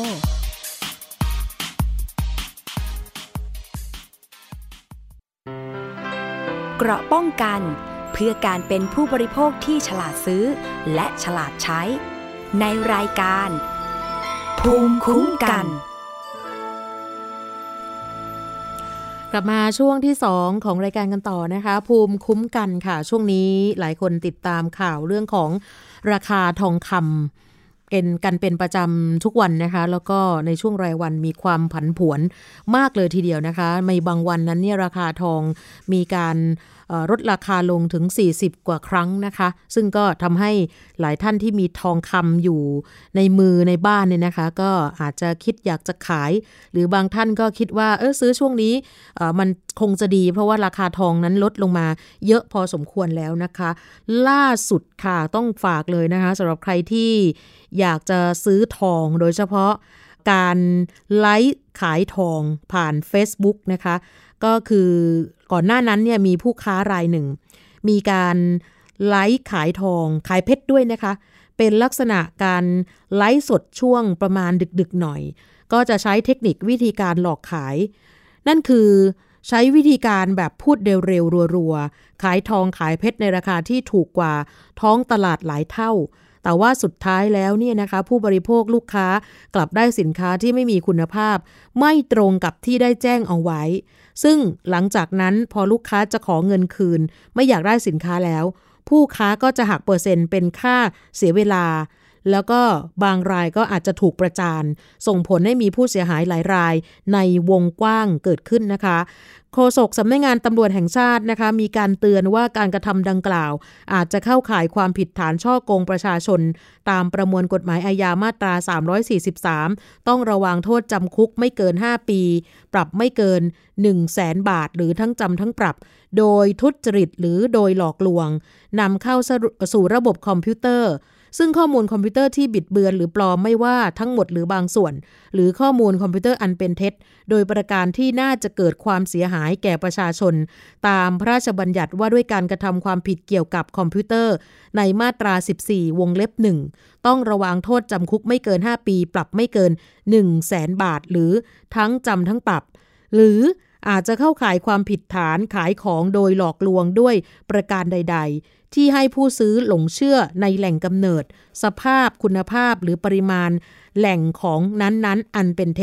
เกราะป้องกันเพื่อการเป็นผู้บริโภคที่ฉลาดซื้อและฉลาดใช้ในรายการภูมิคุ้มกันกลับมาช่วงที่สองของรายการกันต่อนะคะภูมิคุ้มกันค่ะช่วงนี้หลายคนติดตามข่าวเรื่องของราคาทองคำเป็นกันเป็นประจำทุกวันนะคะแล้วก็ในช่วงรายวันมีความผันผวนมากเลยทีเดียวนะคะในบางวันนั้นเนี่ยราคาทองมีการลดราคาลงถึงสี่สิบกว่าครั้งนะคะซึ่งก็ทำให้หลายท่านที่มีทองคำอยู่ในมือในบ้านเนี่ยนะคะก็อาจจะคิดอยากจะขายหรือบางท่านก็คิดว่าเออซื้อช่วงนี้มันคงจะดีเพราะว่าราคาทองนั้นลดลงมาเยอะพอสมควรแล้วนะคะล่าสุดค่ะต้องฝากเลยนะคะสำหรับใครที่อยากจะซื้อทองโดยเฉพาะการไลฟ์ขายทองผ่าน Facebook นะคะก็คือก่อนหน้านั้นเนี่ยมีผู้ค้ารายหนึ่งมีการไลฟ์ขายทองขายเพชรด้วยนะคะเป็นลักษณะการไลฟ์สดช่วงประมาณดึกๆหน่อยก็จะใช้เทคนิควิธีการหลอกขายนั่นคือใช้วิธีการแบบพูดเร็วๆรัวๆขายทองขายเพชรในราคาที่ถูกกว่าท้องตลาดหลายเท่าแต่ว่าสุดท้ายแล้วเนี่ยนะคะผู้บริโภคลูกค้ากลับได้สินค้าที่ไม่มีคุณภาพไม่ตรงกับที่ได้แจ้งเอาไว้ซึ่งหลังจากนั้นพอลูกค้าจะขอเงินคืนไม่อยากได้สินค้าแล้วผู้ค้าก็จะหักเปอร์เซ็นต์เป็นค่าเสียเวลาแล้วก็บางรายก็อาจจะถูกประจานส่งผลให้มีผู้เสียหายหลายรายในวงกว้างเกิดขึ้นนะคะโฆษกสำนักงานตำรวจแห่งชาตินะคะมีการเตือนว่าการกระทำดังกล่าวอาจจะเข้าข่ายความผิดฐานฉ้อโกงประชาชนตามประมวลกฎหมายอาญามาตราสามร้อยสี่สิบสามต้องระวังโทษจำคุกไม่เกินห้าปีปรับไม่เกิน หนึ่งแสน บาทหรือทั้งจำทั้งปรับโดยทุจริตหรือโดยหลอกลวงนำเข้าสู่ระบบคอมพิวเตอร์ซึ่งข้อมูลคอมพิวเตอร์ที่บิดเบือนหรือปลอมไม่ว่าทั้งหมดหรือบางส่วนหรือข้อมูลคอมพิวเตอร์อันเป็นเท็จโดยประการที่น่าจะเกิดความเสียหายแก่ประชาชนตามพระราชบัญญัติว่าด้วยการกระทำความผิดเกี่ยวกับคอมพิวเตอร์ในมาตราสิบสี่วงเล็บหนึ่งต้องระวังโทษจำคุกไม่เกินห้าปีปรับไม่เกิน หนึ่งแสน บาทหรือทั้งจำทั้งปรับหรืออาจจะเข้าข่ายความผิดฐานขายของโดยหลอกลวงด้วยประการใดๆที่ให้ผู้ซื้อหลงเชื่อในแหล่งกำเนิดสภาพคุณภาพหรือปริมาณแหล่งของนั้นๆอันเป็นเท็จ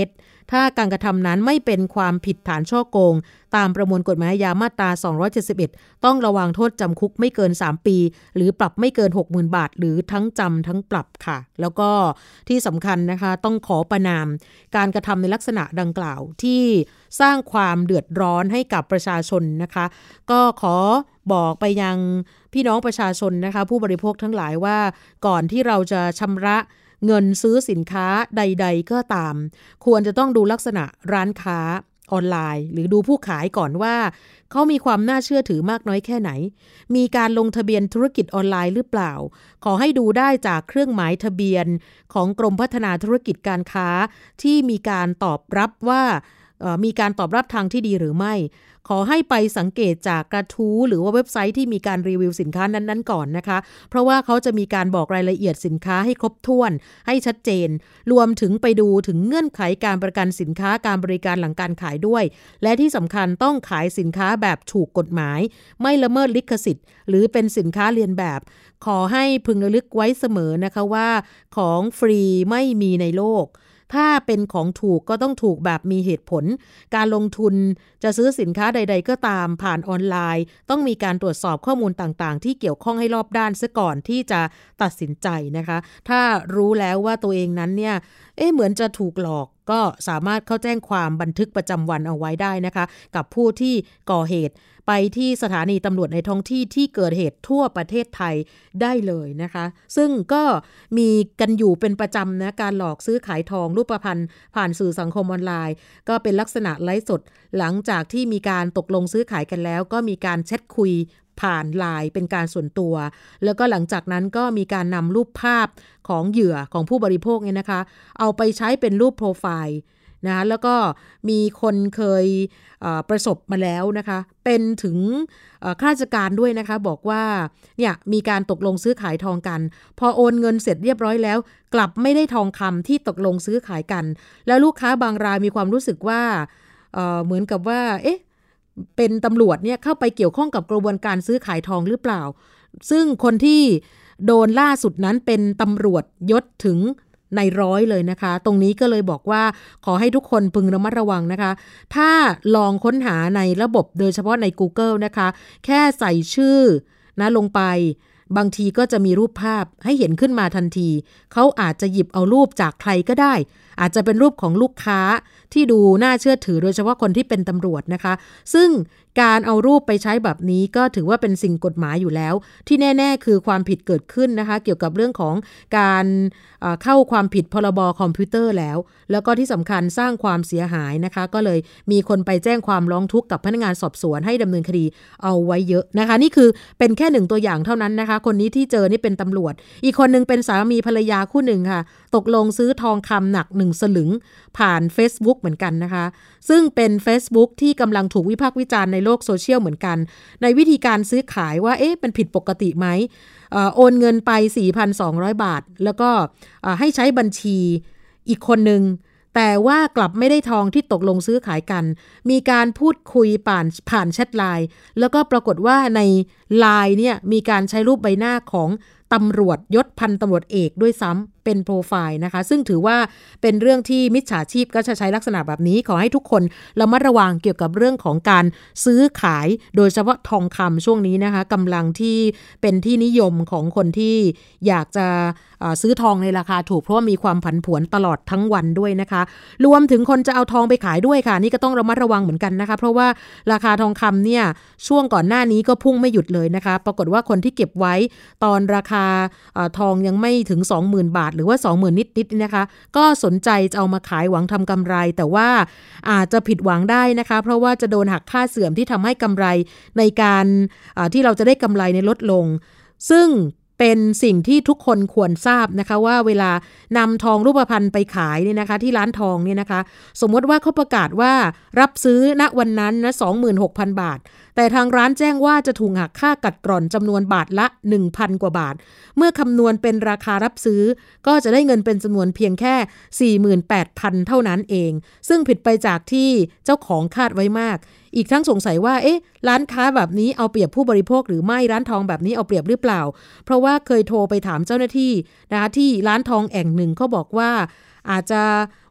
ถ้าการกระทำนั้นไม่เป็นความผิดฐานฉ้อโกงตามประมวลกฎหมายอาญามาตราสองร้อยเจ็ดสิบเอ็ดต้องระวังโทษจำคุกไม่เกินสามปีหรือปรับไม่เกิน หกหมื่น บาทหรือทั้งจำทั้งปรับค่ะแล้วก็ที่สำคัญนะคะต้องขอประณามการกระทำในลักษณะดังกล่าวที่สร้างความเดือดร้อนให้กับประชาชนนะคะก็ขอบอกไปยังพี่น้องประชาชนนะคะผู้บริโภคทั้งหลายว่าก่อนที่เราจะชำระเงินซื้อสินค้าใดๆก็ตามควรจะต้องดูลักษณะร้านค้าออนไลน์หรือดูผู้ขายก่อนว่าเขามีความน่าเชื่อถือมากน้อยแค่ไหนมีการลงทะเบียนธุรกิจออนไลน์หรือเปล่าขอให้ดูได้จากเครื่องหมายทะเบียนของกรมพัฒนาธุรกิจการค้าที่มีการตอบรับว่ามีการตอบรับทางที่ดีหรือไม่ขอให้ไปสังเกตจากกระทู้หรือว่าเว็บไซต์ที่มีการรีวิวสินค้านั้นๆก่อนนะคะเพราะว่าเขาจะมีการบอกรายละเอียดสินค้าให้ครบถ้วนให้ชัดเจนรวมถึงไปดูถึงเงื่อนไขการประกันสินค้าการบริการหลังการขายด้วยและที่สำคัญต้องขายสินค้าแบบถูกกฎหมายไม่ละเมิดลิขสิทธิ์หรือเป็นสินค้าเลียนแบบขอให้พึงระลึกไว้เสมอนะคะว่าของฟรีไม่มีในโลกถ้าเป็นของถูกก็ต้องถูกแบบมีเหตุผลการลงทุนจะซื้อสินค้าใดๆก็ตามผ่านออนไลน์ต้องมีการตรวจสอบข้อมูลต่างๆที่เกี่ยวข้องให้รอบด้านซะก่อนที่จะตัดสินใจนะคะถ้ารู้แล้วว่าตัวเองนั้นเนี่ยเอ๊ะเหมือนจะถูกหลอกก็สามารถเข้าแจ้งความบันทึกประจำวันเอาไว้ได้นะคะกับผู้ที่ก่อเหตุไปที่สถานีตำรวจในท้องที่ที่เกิดเหตุทั่วประเทศไทยได้เลยนะคะซึ่งก็มีกันอยู่เป็นประจำนะการหลอกซื้อขายทองรูปพรรณผ่านสื่อสังคมออนไลน์ก็เป็นลักษณะไลฟ์สดหลังจากที่มีการตกลงซื้อขายกันแล้วก็มีการแชทคุยผ่านไลน์เป็นการส่วนตัวแล้วก็หลังจากนั้นก็มีการนำรูปภาพของเหยื่อของผู้บริโภคเนี่ยนะคะเอาไปใช้เป็นรูปโปรไฟล์นะแล้วก็มีคนเคยประสบมาแล้วนะคะเป็นถึงข้าราชการด้วยนะคะบอกว่าเนี่ยมีการตกลงซื้อขายทองกันพอโอนเงินเสร็จเรียบร้อยแล้วกลับไม่ได้ทองคำที่ตกลงซื้อขายกันแล้วลูกค้าบางรายมีความรู้สึกว่า เอ่อ เหมือนกับว่าเอ๊ะเป็นตำรวจเนี่ยเข้าไปเกี่ยวข้องกับกระบวนการซื้อขายทองหรือเปล่าซึ่งคนที่โดนล่าสุดนั้นเป็นตำรวจยศถึงในร้อยเลยนะคะตรงนี้ก็เลยบอกว่าขอให้ทุกคนพึงระมัดระวังนะคะถ้าลองค้นหาในระบบโดยเฉพาะใน Google นะคะแค่ใส่ชื่อนะลงไปบางทีก็จะมีรูปภาพให้เห็นขึ้นมาทันทีเขาอาจจะหยิบเอารูปจากใครก็ได้อาจจะเป็นรูปของลูกค้าที่ดูน่าเชื่อถือโดยเฉพาะคนที่เป็นตำรวจนะคะซึ่งการเอารูปไปใช้แบบนี้ก็ถือว่าเป็นสิ่งกฎหมายอยู่แล้วที่แน่ๆคือความผิดเกิดขึ้นนะคะเกี่ยวกับเรื่องของการเข้าความผิดพรบคอมพิวเตอร์แล้วแล้วก็ที่สำคัญสร้างความเสียหายนะคะก็เลยมีคนไปแจ้งความร้องทุกข์กับพนักงานสอบสวนให้ดำเนินคดีเอาไว้เยอะนะคะนี่คือเป็นแค่หนึ่งตัวอย่างเท่านั้นนะคะคนนี้ที่เจอนี่เป็นตำรวจอีกคนนึงเป็นสามีภรรยาคู่หนึ่งค่ะตกลงซื้อทองคำหนักหนึ่งสลึงผ่าน Facebook เหมือนกันนะคะซึ่งเป็น Facebook ที่กำลังถูกวิพากษ์วิจารณ์ในโลกโซเชียลเหมือนกันในวิธีการซื้อขายว่าเอ๊ะเป็นผิดปกติไหมเอ่อโอนเงินไป สี่พันสองร้อย บาทแล้วก็ให้ใช้บัญชีอีกคนนึงแต่ว่ากลับไม่ได้ทองที่ตกลงซื้อขายกันมีการพูดคุยผ่านผ่านแชทไลน์แล้วก็ปรากฏว่าในไลน์เนี่ยมีการใช้รูปใบหน้าของตำรวจยศพันตำรวจเอกด้วยซ้ำเป็นโปรไฟล์นะคะซึ่งถือว่าเป็นเรื่องที่มิจฉาชีพก็จะใช้ลักษณะแบบนี้ขอให้ทุกคนระมัดระวังเกี่ยวกับเรื่องของการซื้อขายโดยเฉพาะทองคำช่วงนี้นะคะกำลังที่เป็นที่นิยมของคนที่อยากจะซื้อทองในราคาถูกเพราะว่ามีความผันผวนตลอดทั้งวันด้วยนะคะรวมถึงคนจะเอาทองไปขายด้วยค่ะนี่ก็ต้องระมัดระวังเหมือนกันนะคะเพราะว่าราคาทองคำเนี่ยช่วงก่อนหน้านี้ก็พุ่งไม่หยุดเลยนะคะปรากฏว่าคนที่เก็บไว้ตอนราคาทองยังไม่ถึง สองหมื่น บาทหรือว่า สองหมื่น นิดๆนะคะก็สนใจจะเอามาขายหวังทำกำไรแต่ว่าอาจจะผิดหวังได้นะคะเพราะว่าจะโดนหักค่าเสื่อมที่ทำให้กำไรในการที่เราจะได้กำไรในลดลงซึ่งเป็นสิ่งที่ทุกคนควรทราบนะคะว่าเวลานำทองรูปพรรณไปขายเนี่ยนะคะที่ร้านทองเนี่ยนะคะสมมติว่าเขาประกาศว่ารับซื้อณวันนั้นนะ สองหมื่นหกพัน บาทแต่ทางร้านแจ้งว่าจะถูกหักค่ากัดกร่อนจำนวนบาทละ หนึ่งพัน กว่าบาทเมื่อคำนวณเป็นราคารับซื้อก็จะได้เงินเป็นจำนวนเพียงแค่ สี่หมื่นแปดพัน เท่านั้นเองซึ่งผิดไปจากที่เจ้าของคาดไว้มากอีกทั้งสงสัยว่าเอ๊ะร้านค้าแบบนี้เอาเปรียบผู้บริโภคหรือไม่ร้านทองแบบนี้เอาเปรียบหรือเปล่าเพราะว่าเคยโทรไปถามเจ้าหน้าที่นะคะที่ร้านทองแห่งหนึ่งเขาบอกว่าอาจจะ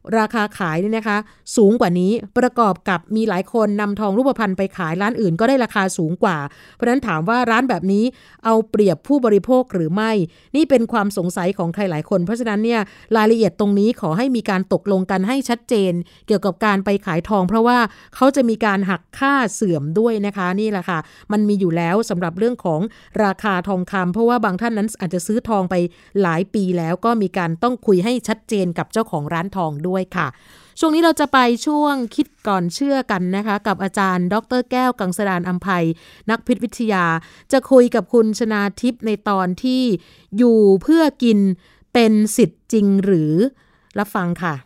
ราคาขายเนี่ยนะคะสูงกว่านี้ประกอบกับมีหลายคนนำทองรูปพรรณไปขายร้านอื่นก็ได้ราคาสูงกว่าเพราะฉะนั้นถามว่าร้านแบบนี้เอาเปรียบผู้บริโภคหรือไม่นี่เป็นความสงสัยของใครหลายคนเพราะฉะนั้นเนี่ยรายละเอียดตรงนี้ขอให้มีการตกลงกันให้ชัดเจนเกี่ยวกับการไปขายทองเพราะว่าเขาจะมีการหักค่าเสื่อมด้วยนะคะนี่แหละค่ะมันมีอยู่แล้วสำหรับเรื่องของราคาทองคำเพราะว่าบางท่านนั้นอาจจะซื้อทองไปหลายปีแล้วก็มีการต้องคุยให้ชัดเจนกับเจ้าของร้านทองด้วยค่ะช่วงนี้เราจะไปช่วงคิดก่อนเชื่อกันนะคะกับอาจารย์ดร.แก้วกังสดาลอำไพนักพิษวิทยาจะคุยกับคุณชนาทิพย์ในตอนที่อยู่เพื่อกินเป็นสิทธิ์จริงหรือรับฟังค่ะ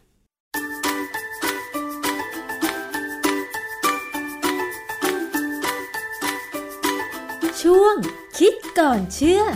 ช่วงคิดก่อนเชื่อ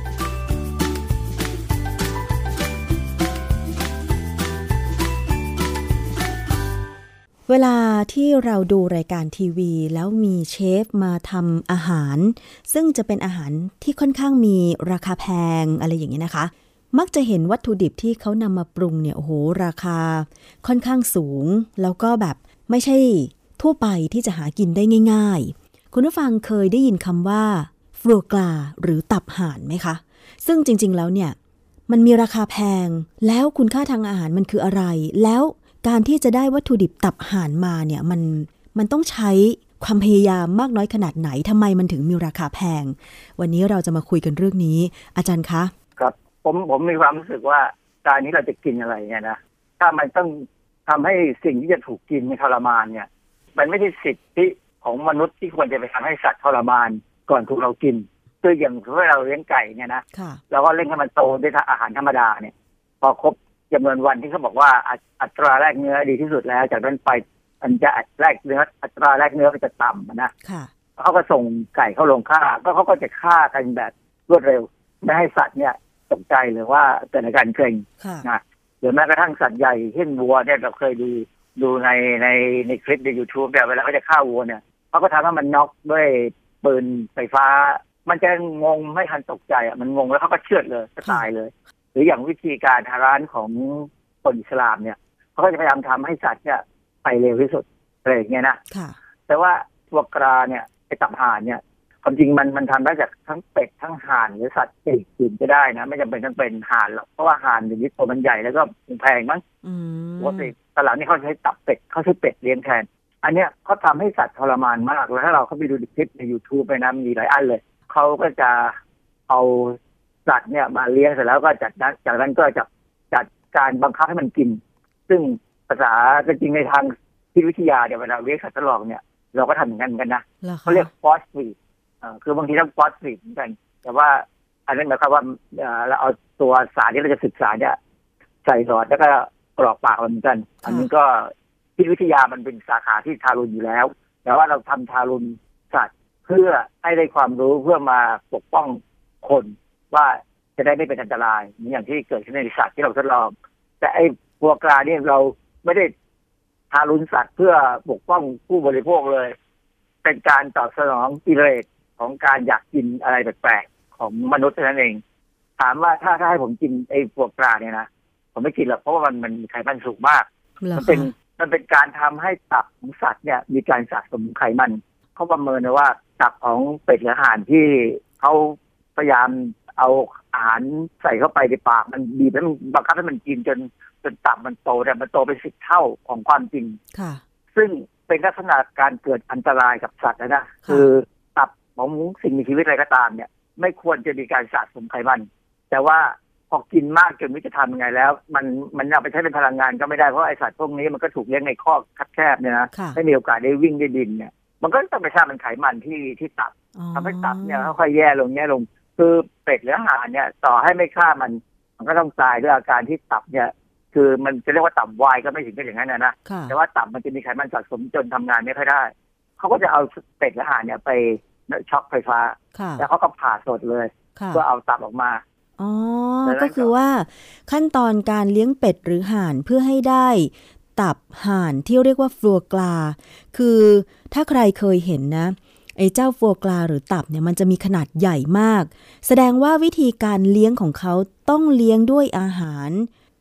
เวลาที่เราดูรายการทีวีแล้วมีเชฟมาทำอาหารซึ่งจะเป็นอาหารที่ค่อนข้างมีราคาแพงอะไรอย่างนี้นะคะมักจะเห็นวัตถุดิบที่เขานำมาปรุงเนี่ยโอ้โหราคาค่อนข้างสูงแล้วก็แบบไม่ใช่ทั่วไปที่จะหากินได้ง่ายๆคุณผู้ฟังเคยได้ยินคำว่าฟัวกราหรือตับห่านไหมคะซึ่งจริงๆแล้วเนี่ยมันมีราคาแพงแล้วคุณค่าทางอาหารมันคืออะไรแล้วการที่จะได้วัตถุดิบตับห่านมาเนี่ยมันมันต้องใช้ความพยายามมากน้อยขนาดไหนทำไมมันถึงมีราคาแพงวันนี้เราจะมาคุยกันเรื่องนี้อาจารย์คะครับผมผมมีความรู้สึกว่าการนี้เราจะกินอะไรเนี่ยนะถ้ามันต้องทำให้สิ่งที่จะถูกกินทรมานเนี่ยมันไม่ใช่สิทธิของมนุษย์ที่ควรจะไปทำให้สัตว์ทรมานก่อนถูกเรากินคืออย่างเมื่อเราเลี้ยงไก่เนี่ยนะเราก็เล่นให้มันโตด้วยอาหารธรรมดาเนี่ยพอครบจำนวนวันที่เขาบอกว่าอัตราแลกเนื้อดีที่สุดแล้วจากนั้นไปมันจะแลกเนื้ออัตราแลกเนื้อมันจะต่ำนะเขาก็ส่งไก่เข้าโรงฆ่าก็เขาก็จะฆ่ากันแบบรวดเร็วไม่ให้สัตว์เนี่ยตกใจหรือว่าเกิดอาการเกร็งนะหรือแม้กระทั่งสัตว์ใหญ่เช่นวัวเนี่ยเราเคยดูดูในในในคลิปใน YouTube เนี่ยเวลาเขาจะฆ่าวัวเนี่ยเขาก็ทำให้มันน็อกด้วยปืนไฟฟ้ามันจะงงไม่ทันตกใจอ่ะมันงงแล้วเขาก็เชือดเลยก็ตายเลยหรืออย่างวิธีการทาร้านของคนอิสลามเนี่ยเขาก็จะพยายามทำให้สัตว์เนี่ยไปเร็วที่สุดอะไรอย่างเงี้ยนะแต่ว่าตัวกราเนี่ยไอ้ตับห่านเนี่ยความจริงมันมันทำได้จากทั้งเป็ดทั้งห่านหรือสัตว์ปีกอื่นก็ได้นะไม่จำเป็นต้องเป็นห่านหรอกเพราะว่าห่านอย่างนี้ตัวมันใหญ่แล้วก็แพงมั้งปกติตลาดนี้เขาใช้ตับเป็ดเขาใช้เป็ดเลี้ยงแทนอันเนี้ยเขาทำให้สัตว์ทรมานมากแล้วถ้าเราเข้าไปดูคลิปใน YouTube ไปนะมีหลายอันเลยเขาก็จะเอาสัตว์เนี่ยมาเลี้ยงเสร็จแล้วก็จัดนั้นจากนั้นก็จะจัดการบังคับให้มันกินซึ่งภาษาจริงในทางพิษวิทยาเดี๋ยวเวลาเลี้ยงสัตว์ทดลองเนี่ยเราก็ทำอย่างนั้นกันนะเขาเรียกฟอสฟีดคือบางทีต้องฟอสฟีดเหมือนกันแต่ว่าอันนั้นหมายความว่าเราเอาตัวสารที่เราจะศึกษาเนี่ยใส่หลอดแล้วก็กรอกปากมันเหมือนกันอันนี้ก็พิษวิทยามันเป็นสาขาที่ทารุณอยู่แล้วแต่ว่าเราทำทารุณสัตว์เพื่อให้ได้ความรู้เพื่อมาปกป้องคนว่าจะได้ไม่เป็นอันตรายเหมือนอย่างที่เกิดขึ้นในสัตว์ที่เราทดลองแต่ไอ้ฟัวกราเนี่ยเราไม่ได้ทารุณสัตว์เพื่อปกป้องผู้บริโภคเลยเป็นการตอบสนองกิเลสของการอยากกินอะไรแปลกๆของมนุษย์เท่านั้นเองถามว่าถ้าถ้าให้ผมกินไอ้ฟัวกราเนี่ยนะผมไม่กินหรอกเพราะว่ามันมันมีไขมันสูงมากมันเป็นมันเป็นการทำให้ตับของสัตว์เนี่ยมีการสะสมไขมันเขาประเมินนะว่าตับของเป็ดหรือห่านที่เขาพยายามเอาอาหารใส่เข้าไปในปากมันบีบให้มันบังคับให้มันกินจนจนตับมันโตแต่มันโตเป็นสิบเท่าของความจริงค่ะซึ่งเป็นลักษณะการเกิดอันตรายกับสัตว์นะคือตับของสิ่งมีชีวิตอะไรก็ตามเนี่ยไม่ควรจะมีการสะสมไขมันแต่ว่าพอกินมากจนไม่จะทำยังไงแล้วมันมันเอาไปใช้เป็นพลังงานก็ไม่ได้เพราะไอสัตว์พวกนี้มันก็ถูกเลี้ยงในคอกคับแคบเนี่ยนะไม่มีโอกาสได้วิ่งได้ดินเนี่ยมันก็ต้องไปสร้างเป็นไขมันที่ที่ตับทำให้ตับเนี่ยค่อยๆแย่ลงแย่ลงคือเป็ดหรือห่านเนี่ยต่อให้ไม่ฆ่ามันมันก็ต้องตายด้วยอาการที่ตับเนี่ยคือมันจะเรียกว่าตับวายก็ไม่ถึงกับอย่างนั้นนะนะแต่ว่าตับมันจะมีไขมันสะสมจนทำงานไม่ค่อยได้เขาก็จะเอาเป็ดหรือห่านเนี่ยไปช็อคไฟฟ้าแล้วเขาก็ผ่าสดเลยเพื่อเอาตับออกมาอ๋อก็คือว่าขั้นตอนการเลี้ยงเป็ดหรือห่านเพื่อให้ได้ตับห่านที่เรียกว่าฟัวกราคือถ้าใครเคยเห็นนะไอ้เจ้าฟัวกราหรือตับเนี่ยมันจะมีขนาดใหญ่มากแสดงว่าวิธีการเลี้ยงของเขาต้องเลี้ยงด้วยอาหาร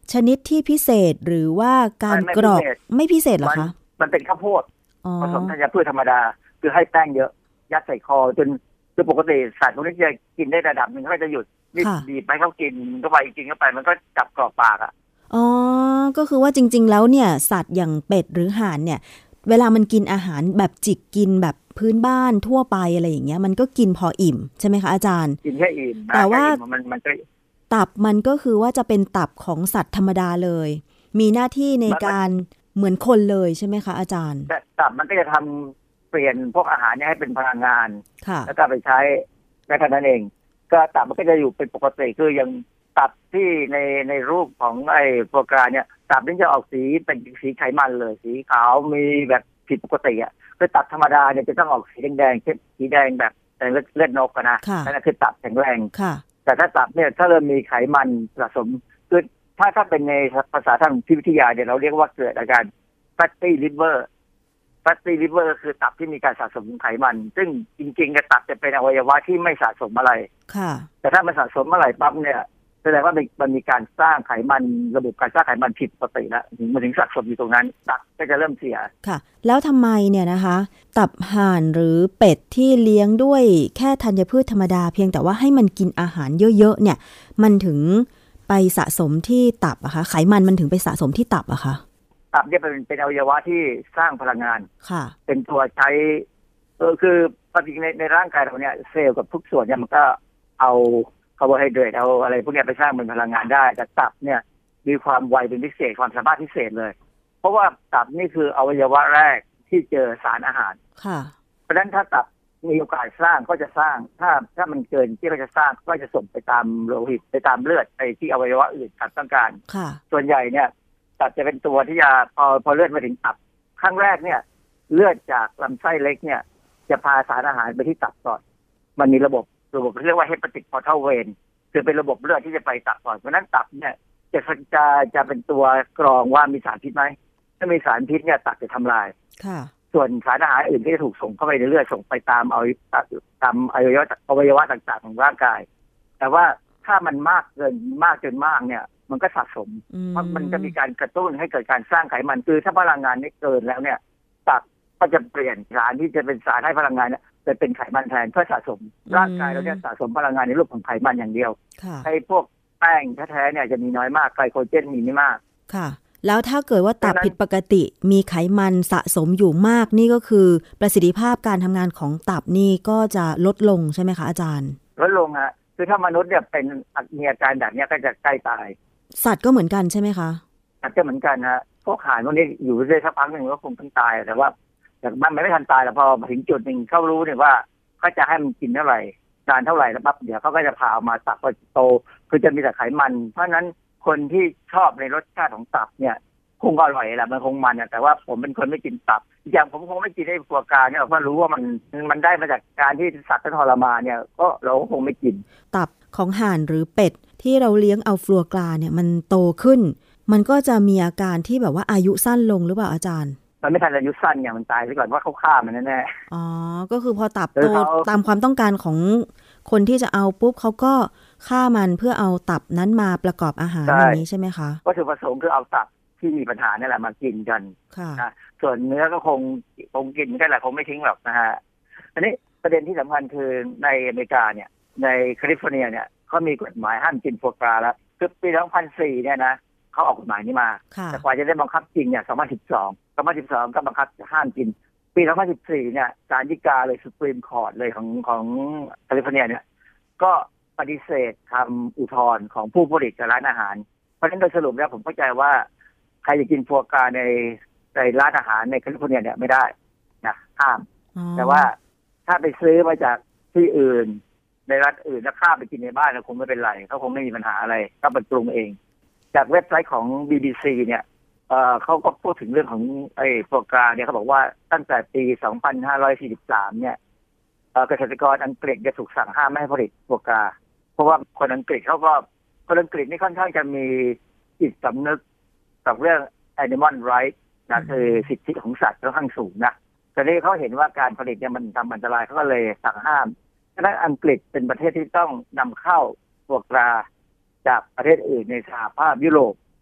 ชนิดที่พิเศษหรือว่าการกรอกไม่พิเศษเหรอคะมันเป็นข้าวโพดผสมธัญพืชธรรมดาคือให้แป้งเยอะยัดใส่คอจนคือปกติสัตว์พวกนี้จะกินได้ระดับหนึ่งก็จะหยุดนี่ดีไปเขากินก็ไปกินเข้าไปมันก็จับกรอกปากอ่ะอ๋อก็คือว่าจริงๆแล้วเนี่ยสัตว์อย่างเป็ดหรือห่านเนี่ยเวลามันกินอาหารแบบจิกกินแบบพื้นบ้านทั่วไปอะไรอย่างเงี้ยมันก็กินพออิ่มใช่ไหมคะอาจารย์กินแค่อิ่มแต่ว่ามันมันก็ตับมันก็คือว่าจะเป็นตับของสัตว์ธรรมดาเลยมีหน้าที่ในการเหมือนคนเลยใช่ไหมคะอาจารย์แต่ตับมันก็จะทำเปลี่ยนพวกอาหารนี้ให้เป็นพลังงานแล้วก็ไปใช้ในขณะนั้นเองก็ตับมันก็จะอยู่เป็นปกติคือยังตับที่ในในรูปของไอ้โปรแกรมเนี่ยตับนี่จะออกสีเป็นสีไขมันเลยสีขาวมีแบบผิดปกติอ่ะคือตับธรรมดาเนี่ยจะต้องออกสีแดงๆเช่นสีแดงแบบแต่เลือดนกกันนะนั่นคือตับแข็งแรงแต่ถ้าตับเนี่ยถ้าเริ่มมีไขมันสะสมคือถ้าถ้าเป็นในภาษาทางวิทยาเนี่ยเราเรียกว่าเกิดอาการ fatty liver fatty liver คือตับที่มีการสะสมไขมันซึ่งจริงๆตับจะเป็นอวัยวะที่ไม่สะสมอะไรแต่ถ้ามันสะสมเมื่อไหร่ปั๊บเนี่ยแสดงว่ามันมีการสร้างไขมันระบบการสร้างไขมันผิดปกติแล้วมันถึงสะสมอยู่ตรงนั้นตับก็จะเริ่มเสียค่ะแล้วทำไมเนี่ยนะคะตับห่านหรือเป็ดที่เลี้ยงด้วยแค่ธัญพืชธรรมดาเพียงแต่ว่าให้มันกินอาหารเยอะๆเนี่ยมันถึงไปสะสมที่ตับอะคะไขมันมันถึงไปสะสมที่ตับอะคะตับเนี่ยเป็นเป็นอวัยวะที่สร้างพลังงานค่ะเป็นตัวใช้เออคือปกติในในร่างกายเราเนี่ยเซลล์กับทุกส่วนเนี่ยมันก็เอาคาร์โบไฮเดรตเอาอะไรพวกนี้ไปสร้างเป็นพลังงานได้แต่ตับเนี่ยมีความไวเป็นพิเศษความสามารถพิเศษเลยเพราะว่าตับนี่คืออวัยวะแรกที่เจอสารอาหารค่ะเพราะฉะนั้นถ้าตับมีโอกาสสร้างก็จะสร้างถ้าถ้ามันเกินที่เราจะสร้างก็จะส่งไปตามโลหิตไปตามเลือดไปที่อวัยวะอื่นตับต้องการค่ะส่วนใหญ่เนี่ยตับจะเป็นตัวที่จะพอพอเลือดมาถึงตับครั้งแรกเนี่ยเลือดจากลำไส้เล็กเนี่ยจะพาสารอาหารไปที่ตับก่อนมันมีระบบระบบเรียกว่า hepatic portal vein คือเป็นระบบเลือดที่จะไปตับก่อนเพราะนั้นตับเนี่ยจะจะจะเป็นตัวกรองว่ามีสารพิษไหมถ้ามีสารพิษเนี่ยตับจะทำลายค่ะส่วนสารอาหารอื่นที่จะถูกส่งเข้าไปในเลือดส่งไปตามเอาตามอวัยวะอวัยวะต่างๆของร่างกายแต่ว่าถ้ามันมากเกินมากจนมากเนี่ยมันก็สะสมเพราะมันจะมีการกระตุ้นให้เกิดการสร้างไขมันคือถ้าพลังงานนี้เกินแล้วเนี่ยตับก็จะเปลี่ยนสารที่จะเป็นสารให้พลังงานเนี่ยไปเป็นไขมันแทนเพื่อสะสมร่างกายเราเนี่ยสะสมพลังงานในรูปของไขมันอย่างเดียวไอ้พวกแป้งแท้ๆเนี่ยจะมีน้อยมากไกลโคเจนมีไม่มากค่ะแล้วถ้าเกิดว่าตับผิดปกติมีไขมันสะสมอยู่มากนี่ก็คือประสิทธิภาพการทำงานของตับนี่ก็จะลดลงใช่ไหมคะอาจารย์ลดลงฮะคือถ้ามนุษย์เนี่ยเป็นมีอาการแบบนี้ก็จะใกล้ตายสัตว์ก็เหมือนกันใช่ไหมคะสัตว์ก็เหมือนกันฮะพวกห่านพวกนี้อยู่ได้สักพักหนึ่งก็คงต้องตายแต่ว่าแต่มันไม่ทันตายแล้วพอมาถึงจุดหนึ่งเขารู้เนี่ยว่าเขาจะให้มันกินเท่าไหร่นานเท่าไหร่แล้วปั๊บเดี๋ยวเขาก็จะพาออกมาตับก็โตคือจะมีแต่ไขมันเพราะนั้นคนที่ชอบในรสชาติของตับเนี่ยคงอร่อยแหละมันคงมันแต่ว่าผมเป็นคนไม่กินตับอย่างผมคงไม่กินไอ้ฟัวกราเนี่ยเพราะรู้ว่ามันมันได้มาจากการที่สัตว์ทรมานเนี่ยก็เราคงไม่กินตับของห่านหรือเป็ดที่เราเลี้ยงเอาฟัวกราเนี่ยมันโตขึ้นมันก็จะมีอาการที่แบบว่าอายุสั้นลงหรือเปล่าอาจารย์มันไม่ทันอายุสั้นอย่างมันตายซะก่อนว่าเขาฆ่ามันแน่ๆอ๋อก็คือพอตับโตตามความต้องการของคนที่จะเอาปุ๊บเขาก็ฆ่ามันเพื่อเอาตับนั้นมาประกอบอาหารอย่างนี้ใช่ไหมคะวัตถุประสงค์คือเอาตับที่มีปัญหานี่แหละมากินกันนะส่วนเนื้อก็คงคงกินกันแหละคงไม่ทิ้งหรอกนะฮะอันนี้ประเด็นที่สำคัญคือในอเมริกาเนี่ยในแคลิฟอร์เนียเนี่ยเขามีกฎหมายห้ามกินฟัวกราแล้วคือปีสองพันสี่เนี่ยนะเขาออกกฎหมายนี้มาแต่กว่าจะได้บังคับจริงเนี่ยสองพันสิบสอง สองพันสิบสองก็บังคับห้ามกินปีสองพันสิบสี่เนี่ยศาลฎีกาเลยสุพรีมคอร์ทเลยของของแคลิฟอร์เนียเนี่ยก็ปฏิเสธคำอุทธรณ์ของผู้ผลิตร้านอาหารเพราะฉะนั้นโดยสรุปแล้วผมเข้าใจว่าใครจะกินฟัวกราในในร้านอาหารในแคลิฟอร์เนียเนี่ยไม่ได้นะห้ามแต่ว่าถ้าไปซื้อมาจากที่อื่นในรัฐอื่นแล้วข้าไปกินในบ้านก็คงไม่เป็นไรเขาคงไม่มีปัญหาอะไรก็ไปปรุงเองจากเว็บไซต์ของ บี บี ซี เนี่ยเอ่อเขาก็พูดถึงเรื่องของไอ้ฟัวกราเนี่ยเขาบอกว่าตั้งแต่ปีสองพันห้าร้อยสี่สิบสามเนี่ยเอ่อเกษตรกรอังกฤษจะถูกสั่งห้ามไม่ให้ผลิตฟัวกราเพราะว่าคนอังกฤษเขาก็คนอังกฤษนี่ค่อนข้างจะมีจิตสำนึกกับเรื่อง animal rights นะคือสิทธิของสัตว์ค่อนข้างสูงนะแต่นี่เขาเห็นว่าการผลิตเนี่ยมันทำอันตรายเขาก็เลยสั่งห้ามฉะนั้นอังกฤษเป็นประเทศที่ต้องนำเข้าฟัวกราจากประเทศอื่นในสหภาพยุโรป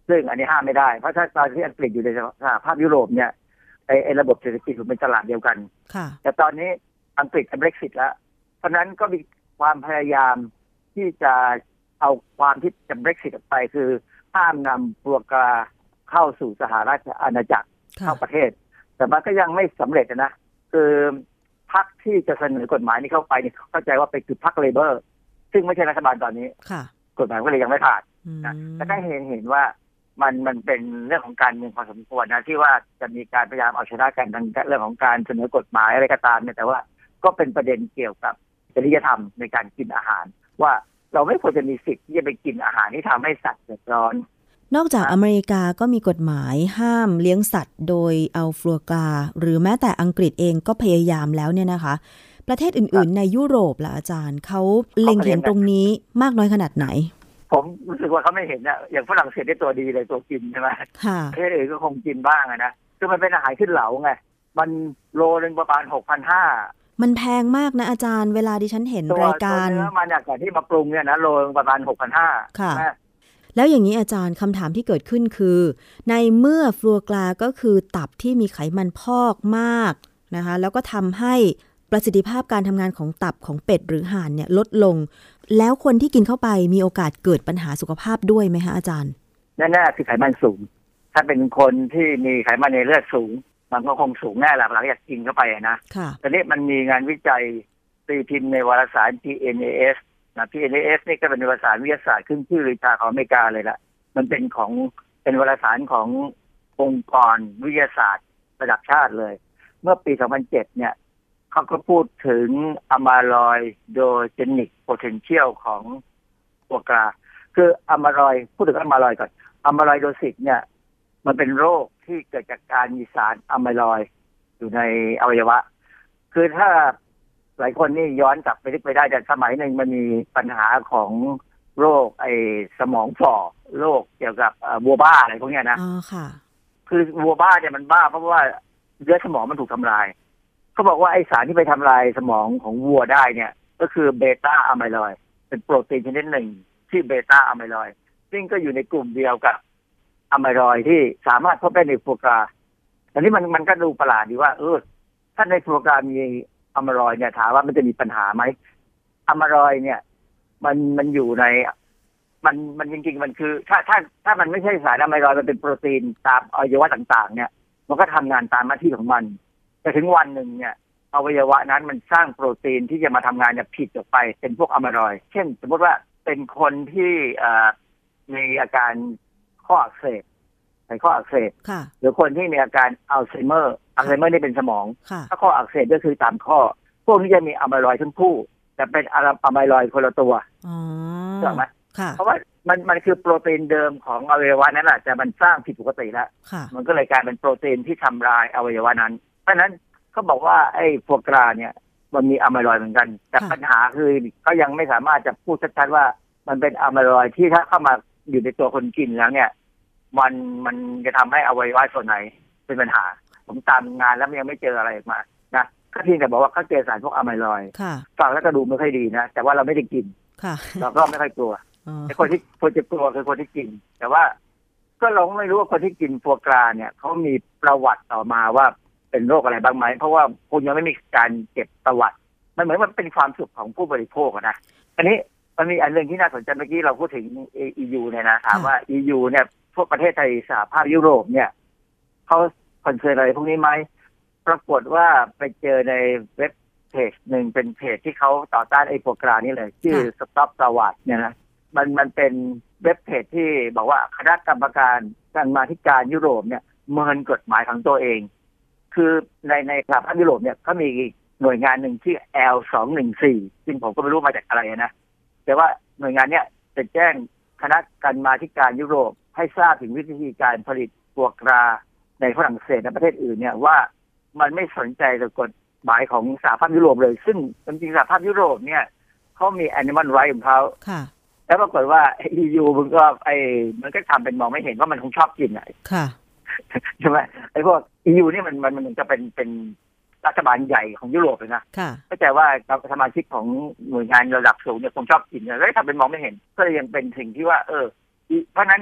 ซึ่งอันนี้ห้ามไม่ได้เพราะถ้าตอนที่อังกฤษอยู่ในสหภาพยุโรปเนี่ยไอ้ไอ้ระบบเศรษฐกิจมันเป็นตลาดเดียวกันแต่ตอนนี้อังกฤษเบรกซิตแล้วเพราะนั้นก็มีความพยายามที่จะเอาความที่จะเบรกซิตออกไปคือห้ามนำฟัวกราเข้าสู่สหราชอาณาจักรเข้าประเทศแต่มันก็ยังไม่สำเร็จนะคือพรรคที่จะเสนอกฎหมายนี้เข้าไปนี่เข้าใจว่าเป็นคือพรรคเลเบอร์ซึ่งไม่ใช่รัฐบาลตอนนี้กฎหมายก็เลยยังไม่ผ่านนะแต่ก็เห็นเห็นว่ามันมันเป็นเรื่องของการเมืองพอสมควรนะที่ว่าจะมีการพยายามเอาชนะกันทางเรื่องของการเสนอกฎหมายอะไรก็ตามเนี่ยแต่ว่าก็เป็นประเด็นเกี่ยวกับจริยธรรมในการกินอาหารว่าเราไม่ควรจะมีสิทธิ์ที่จะไปกินอาหารที่ทำให้สัตว์เดือดร้อนนอกจากอเมริกาก็มีกฎหมายห้ามเลี้ยงสัตว์โดยเอาฟัวกราหรือแม้แต่อังกฤษเองก็พยายามแล้วเนี่ยนะคะประเทศอื่นๆในยุโรปล่ะอาจารย์เขาเล็งเห็นตรงนี้มากน้อยขนาดไหนผมรู้สึกว่าเขาไม่เห็นนะอย่างฝรั่งเศสได้ตัวดีเลยตัวกินใช่ไหมประเทศอื่นก็คงกินบ้างนะคือมันเป็นอาหารขึ้นเหลาไงมันโลนึงประมาณ หกพันห้าร้อยมันแพงมากนะอาจารย์เวลาดิฉันเห็นรายการตัวเนื้อมันเนี่ยก่อนที่มาปรุงเนี่ยนะโลนึงประมาณ หกพันห้าร้อยค่ะแล้วอย่างนี้อาจารย์คำถามที่เกิดขึ้นคือในเมื่อฟัวกราก็คือตับที่มีไขมันพอกมากนะคะแล้วก็ทำให้ประสิทธิภาพการทำงานของตับของเป็ดหรือห่านเนี่ยลดลงแล้วคนที่กินเข้าไปมีโอกาสเกิดปัญหาสุขภาพด้วยไหมคะอาจารย์แน่ๆคือไขมันสูงถ้าเป็นคนที่มีไขมันในเลือดสูงมันก็คงสูงแน่แหละหลังจากกินเข้าไปนะตอนนี้มันมีงานวิจัยตีพิมพ์ในวารสาร พี เอ็น เอ เอส นะ พี เอ็น เอ เอส นี่ก็เป็นวารสารวิทยาศาสตร์ขึ้นชื่อลือชาของอเมริกาเลยล่ะมันเป็นของเป็นวารสารขององค์กรวิทยาศาสตร์ระดับชาติเลยเมื่อปี สองพันเจ็ด เนี่ยเขาก็พูดถึงอะมาลอยโดเจนิกโพเทนเชียลของฟัวกราคืออะมาลอยพูดถึงอะมาลอยก่อนอะมาลอยโดซิสเนี่ยมันเป็นโรคที่เกิดจากการมีสารอะมาลอยอยู่ในอวัยวะคือถ้าหลายคนนี่ย้อนกลับไปนึกไปได้แต่สมัยหนึ่งมันมีปัญหาของโรคไอ้สมองฝ่อโรคเกี่ยวกับวัวบ้าอะไรพวกนี้นะอ๋อค่ะคือวัวบ้าเนี่ยมันบ้าเพราะว่าเลือดสมองมันถูกทำลายเขาบอกว่าไอสารที่ไปทำลายสมองของวัวได้เนี่ยก็คือเบต้าอะไมลอยด์เป็นโปรตีนชนิดหนึ่งที่เบต้าอะไมลอยด์ซึ่งก็อยู่ในกลุ่มเดียวกับอะไมลอยด์ที่สามารถพบได้ในฟัวกราอันนี้มันมันก็ดูประหลาดดีว่าเออถ้าในฟัวกรามีอะไมลอยด์เนี่ยถามว่ามันจะมีปัญหาไหมอะไมลอยด์เนี่ยมันมันอยู่ในมันมันจริงๆมันคือถ้าถ้าถ้ามันไม่ใช่สารอะไมลอยด์มันเป็นโปรตีนตามอวัยวะต่างๆเนี่ยมันก็ทำงานตามหน้าที่ของมันแต่ถึงวันหนึ่งเนี่ยอวัยวะนั้นมันสร้างโปรตีนที่จะมาทำงานเนี่ยผิดออกไปเป็นพวกอะไมลอยด์เช่นสมมติว่าเป็นคนที่มีอาการข้ออักเสบในข้ออักเสบหรือคนที่มีอาการอัลไซเมอร์อัลไซเมอร์นี่เป็นสมองถ้าข้ออักเสบก็คือตามข้อพวกนี้จะมีอะไมลอยด์ทั้งคู่แต่เป็นอะไมลอยด์คนละตัวถูกไหมเพราะว่ามันมันคือโปรตีนเดิมของอวัยวะนั้นแหละแต่มันสร้างผิดปกติแล้วมันก็เลยกลายเป็นโปรตีนที่ทำลายอวัยวะนั้นเพราะฉะนั้นเขาบอกว่าไอ้ฟัวกราเนี่ยมันมีอะไมลอยด์เหมือนกันแต่ปัญหาคือเขายังไม่สามารถจะพูดชัดๆว่ามันเป็นอะไมลอยด์ที่ถ้าเข้ามาอยู่ในตัวคนกินแล้วเนี่ยมันมันจะทำให้อวัยวะส่วนไหนเป็นปัญหาผมตามงานแล้วยังไม่เจออะไรมานะก็เพียงแต่บอกว่าเขาเจอสารพวกอะไมลอยด์ฟังแล้วก็ดูไม่ค่อยดีนะแต่ว่าเราไม่ได้กินเราก็ไม่ค่อยกลัวแต่คนที่คนจะกลัวคือคนที่กินแต่ว่าก็เราไม่รู้ว่าคนที่กินฟัวกราเนี่ยเขามีประวัติต่อมาว่าเป็นโรคอะไรบ้างไหมเพราะว่าคุณยังไม่มีการเก็บประวัติมันเหมือนมันเป็นความสุขของผู้บริโภคนะอันนี้มันมีอันหนึ่งที่น่าสนใจเมื่อกี้เราพูดถึง อี ยู เนี่ยนะถามว่า อี ยู เนี่ยพวกประเทศไทยสหภาพยุโรปเนี่ยเขาคอนเซิร์นอะไรพวกนี้ไหมปรากฏว่าไปเจอในเว็บเพจหนึ่งเป็นเพจที่เขาต่อต้านไอ้ฟัวกรานี่เลยชื่อ Stop ประวัติเนี่ยนะมันมันเป็นเว็บเพจที่บอกว่าคณะกรรมการกรรมาธิการยุโรปเนี่ยเมินกฎหมายของตัวเองคือในในสหภาพยุโรปเนี่ยเขามีหน่วยงานหนึ่งที่ แอล สองหนึ่งสี่ ซึ่งผมก็ไม่รู้มาจากอะไรนะแต่ว่าหน่วยงานเนี้ยจะแจ้งคณะกรรมาธิการยุโรปให้ทราบถึงวิธีการผลิตฟัวกราในฝรั่งเศสและประเทศอื่นเนี่ยว่ามันไม่สนใจต่อกฎหมายของสหภาพยุโรปเลยซึ่งจริงๆสหภาพยุโรปเนี่ยเขามี Animal Rights ของเขาแล้วปรากฏว่า อี ยู มันก็ไอ้มันก็ทำเป็นมองไม่เห็นว่ามันคงชอบกินอ่ะค่ะใช่ไหมไอ้พวก อี ยู นี่มันมันมันจะเป็นเป็นรัฐบาลใหญ่ของยุโรปเลยนะเข้าใจว่าสมาชิกของหน่วยงานระดับสูงเนี่ยคงชอบกินเลยแล้วทำเป็นมองไม่เห็นก็เลยยังเป็นสิ่งที่ว่าเออเพราะนั้นถ้า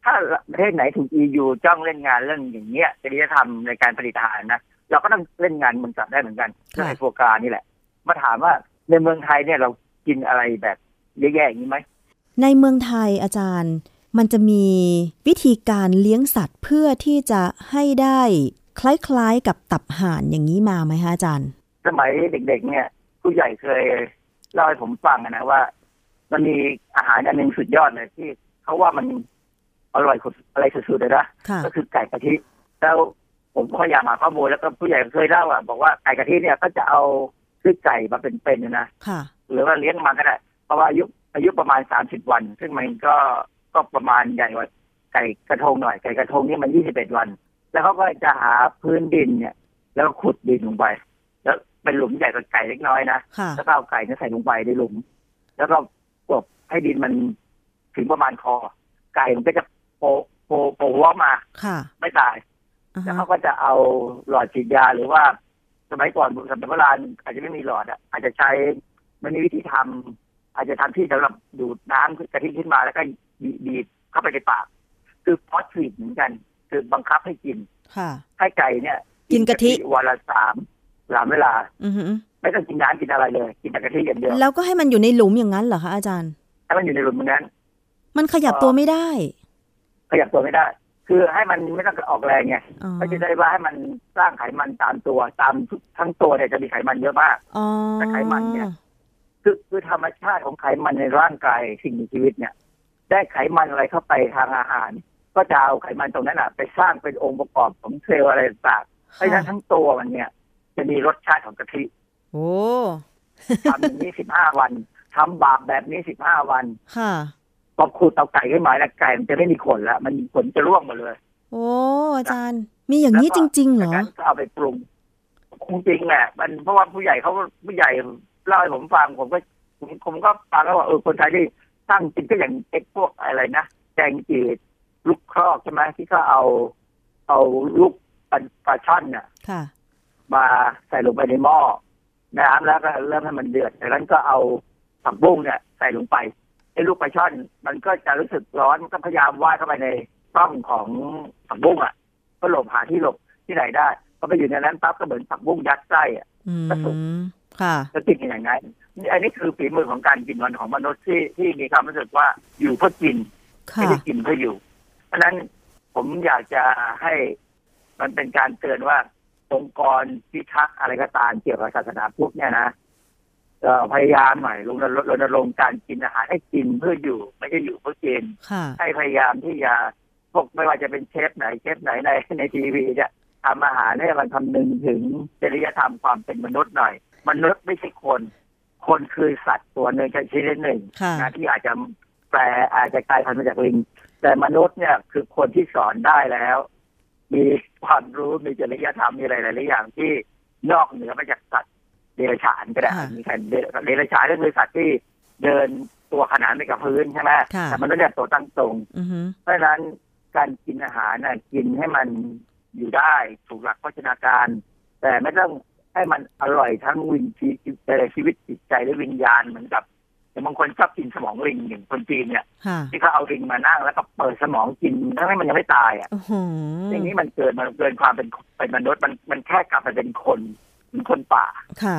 ถ้าประเทศไหนถูก อี ยู จ้องเล่นงานเรื่องอย่างเงี้ยจริยธรรมในการผลิตอาหารนะเราก็ต้องเล่นงานมันกลับได้เหมือนกันเรื่องไอโฟกานี่แหละมาถามว่าในเมืองไทยเนี่ยเรากินอะไรแบบแย่ๆอย่างนี้ไหมในเมืองไทยอาจารย์มันจะมีวิธีการเลี้ยงสัตว์เพื่อที่จะให้ได้คล้ายๆกับตับห่านอย่างนี้มาไหมคะอาจารย์สมัยเด็กๆเนี่ยผู้ใหญ่เคยเล่าให้ผมฟังนะว่ามันมีอาหารอันนึงสุดยอดเลยที่เขาว่ามันอร่อยอะไรสุดๆเลยนะก็คือไก่กะทิแล้วผมก็พยายามหาข้อมูลแล้วก็ผู้ใหญ่เคยเล่าอ่ะบอกว่าไก่กะทิเนี่ยก็จะเอาซื้อไก่มาเป็นๆนะหรือว่าเลี้ยงมาก็ได้เพราะว่าอายุอายุประมาณสามสิบวันซึ่งมันก็ก็ประมาณใหญ่กว่าไก่กระทงหน่อยไก่กระทงนี่มันยี่สิบเอ็ดวันแล้วเขาก็จะหาพื้นดินเนี่ยแล้วขุดดินลงไปแล้วเป็นหลุมใหญ่กว่าไก่เล็กน้อยนะแล้วก็เอาไก่เนี่ยใส่ลงไปในหลุมแล้วก็กบให้ดินมันถึงประมาณคอไก่มันก็จะโผล่โผล่โผล่หัวมาไม่ตายแล้วเขาก็จะเอาหลอดฉีดยาหรือว่าสมัยก่อนสมัยโบราณอาจจะไม่มีหลอดอ่ะอาจจะใช้มันมีวิธีทำอาจจะทำที่สำหรับดูดน้ำกะทิขึ้นมาแล้วก็บีบเข้าไปในปากคือพอสฟีดเหมือนกันคือบังคับให้กินให้ไก่เนี่ยกินกะทิวันละสามสามเวลาไม่ต้องกินน้ำกินอะไรเลยกินแต่กะทิอย่างเดียวแล้วก็ให้มันอยู่ในหลุมอย่างนั้นเหรอคะอาจารย์ให้มันอยู่ในหลุมอย่างนั้นมันขยับตัวไม่ได้ขยับตัวไม่ได้คือให้มันไม่ต้องออกแรงไงก็จะได้ว่าให้มันสร้างไขมันตามตัวตามทั้งตัวเนี่ยจะมีไขมันเยอะมากแต่ไขมันเนี่ยคือคือธรรมชาติของไขมันในร่างกายสิ่งมีชีวิตเนี่ยได้ไขมันอะไรเข้าไปทางอาหารก็จะเอาไขมันตรงนั้นอ่ะไปสร้างเป็นองค์ประกอบของเซลล์อะไรต่างๆเพราะฉะนั้นทั้งตัวมันเนี่ยจะมีรสชาติของกะทิโอ้ทำอย่างนี้สิบห้าวันทำบาปแบบนี้สิบห้าวันค่ะพอขูดเตาไก่ขึ้นมาแล้วไก่มันจะไม่มีขนแล้วมันขนจะร่วงหมดเลยโอ้อาจารย์มีอย่างนี้จริงๆเหรอก็เอาไปปรุงคงจริงแหละมันเพราะว่าผู้ใหญ่เขาผู้ใหญ่เล่าให้ผมฟังผมก็ผมก็ฟังแล้วว่าเออคนไทยที่ตั้งจริงก็อย่างเอ็กพวกอะไรนะแกงจืดลูกครอกใช่ไหมที่เขาเอาเอาลูกปลาช่อนเนี่ยมาใส่ลงไปในหม้อน้ำแล้วก็เริ่มให้มันเดือดจากนั้นก็เอาผักบุ้งเนี่ยใส่ลงไปไอ้ลูกปลาช่อนมันก็จะรู้สึกร้อนมันก็พยายามว่ายเข้าไปในร่องของผักบุ้งอ่ะก็หลบหาที่หลบที่ไหนได้ก็ไปอยู่ในนั้นปั๊บก็เหมือนผักบุ้งยัดไส้อ่ะก็สุกค่ะจะกินอย่างไรอันนี้คือฝีมือของการกินวันของมนุษย์ที่ที่มีความรู้สึกว่าอยู่เพื่อกินไม่ได้กินเพื่ออยู่เพราะนั้นผมอยากจะให้มันเป็นการเตือนว่าองค์กรพิทักษ์อะไรก็ตามเกี่ยวกับศาสนาพุทธเนี่ยนะพยายามหน่อยลงรณรงค์การกินอาหารให้กินเพื่ออยู่ไม่ใช่อยู่เพื่อกินให้พยายามที่จะพวกไม่ว่าจะเป็นเชฟไหนเชฟไหนในในทีวีเนี่ยทำอาหารให้มันคำนึงถึงจริยธรรมความเป็นมนุษย์หน่อยมนุษย์ไม่ใช่คนคนคือสัตว์ตัวหนึ่งชนิดหนึ่งนะที่อาจจะแปลอาจจะกลายพันธุ์มาจากลิงแต่มนุษย์เนี่ยคือคนที่สอนได้แล้วมีความรู้มีจริยธรรมมีอะไรหลายๆอย่างที่นอกเหนือไปจากสัตว์เดรัจฉานก็ได้มีการเดรัจฉานก็คือสัตว์ที่เดินตัวขนานไปกับพื้นใช่ไหมแต่มนุษย์เนี่ยตัวตั้งตรงเพราะฉะนั้นการกินอาหารน่ะกินให้มันอยู่ได้ถูกหลักโภชนาการแต่ไม่ต้องให้มันอร่อยทั้งวิญชีชีวิตจิตใจและวิญญาณเหมือนกับแต่บางคนชอบกินสมองลิงอย่างคนจีนเนี่ยที่เขาเอาลิงมานั่งแล้วก็เปิดสมองกินทั้งที่มันยังไม่ตายอ่ะอย่างนี้มันเกิดมันเกินความเป็นเป็นมนุษย์มันมันแค่กลับมาเป็นคนเป็นคนป่าค่ะ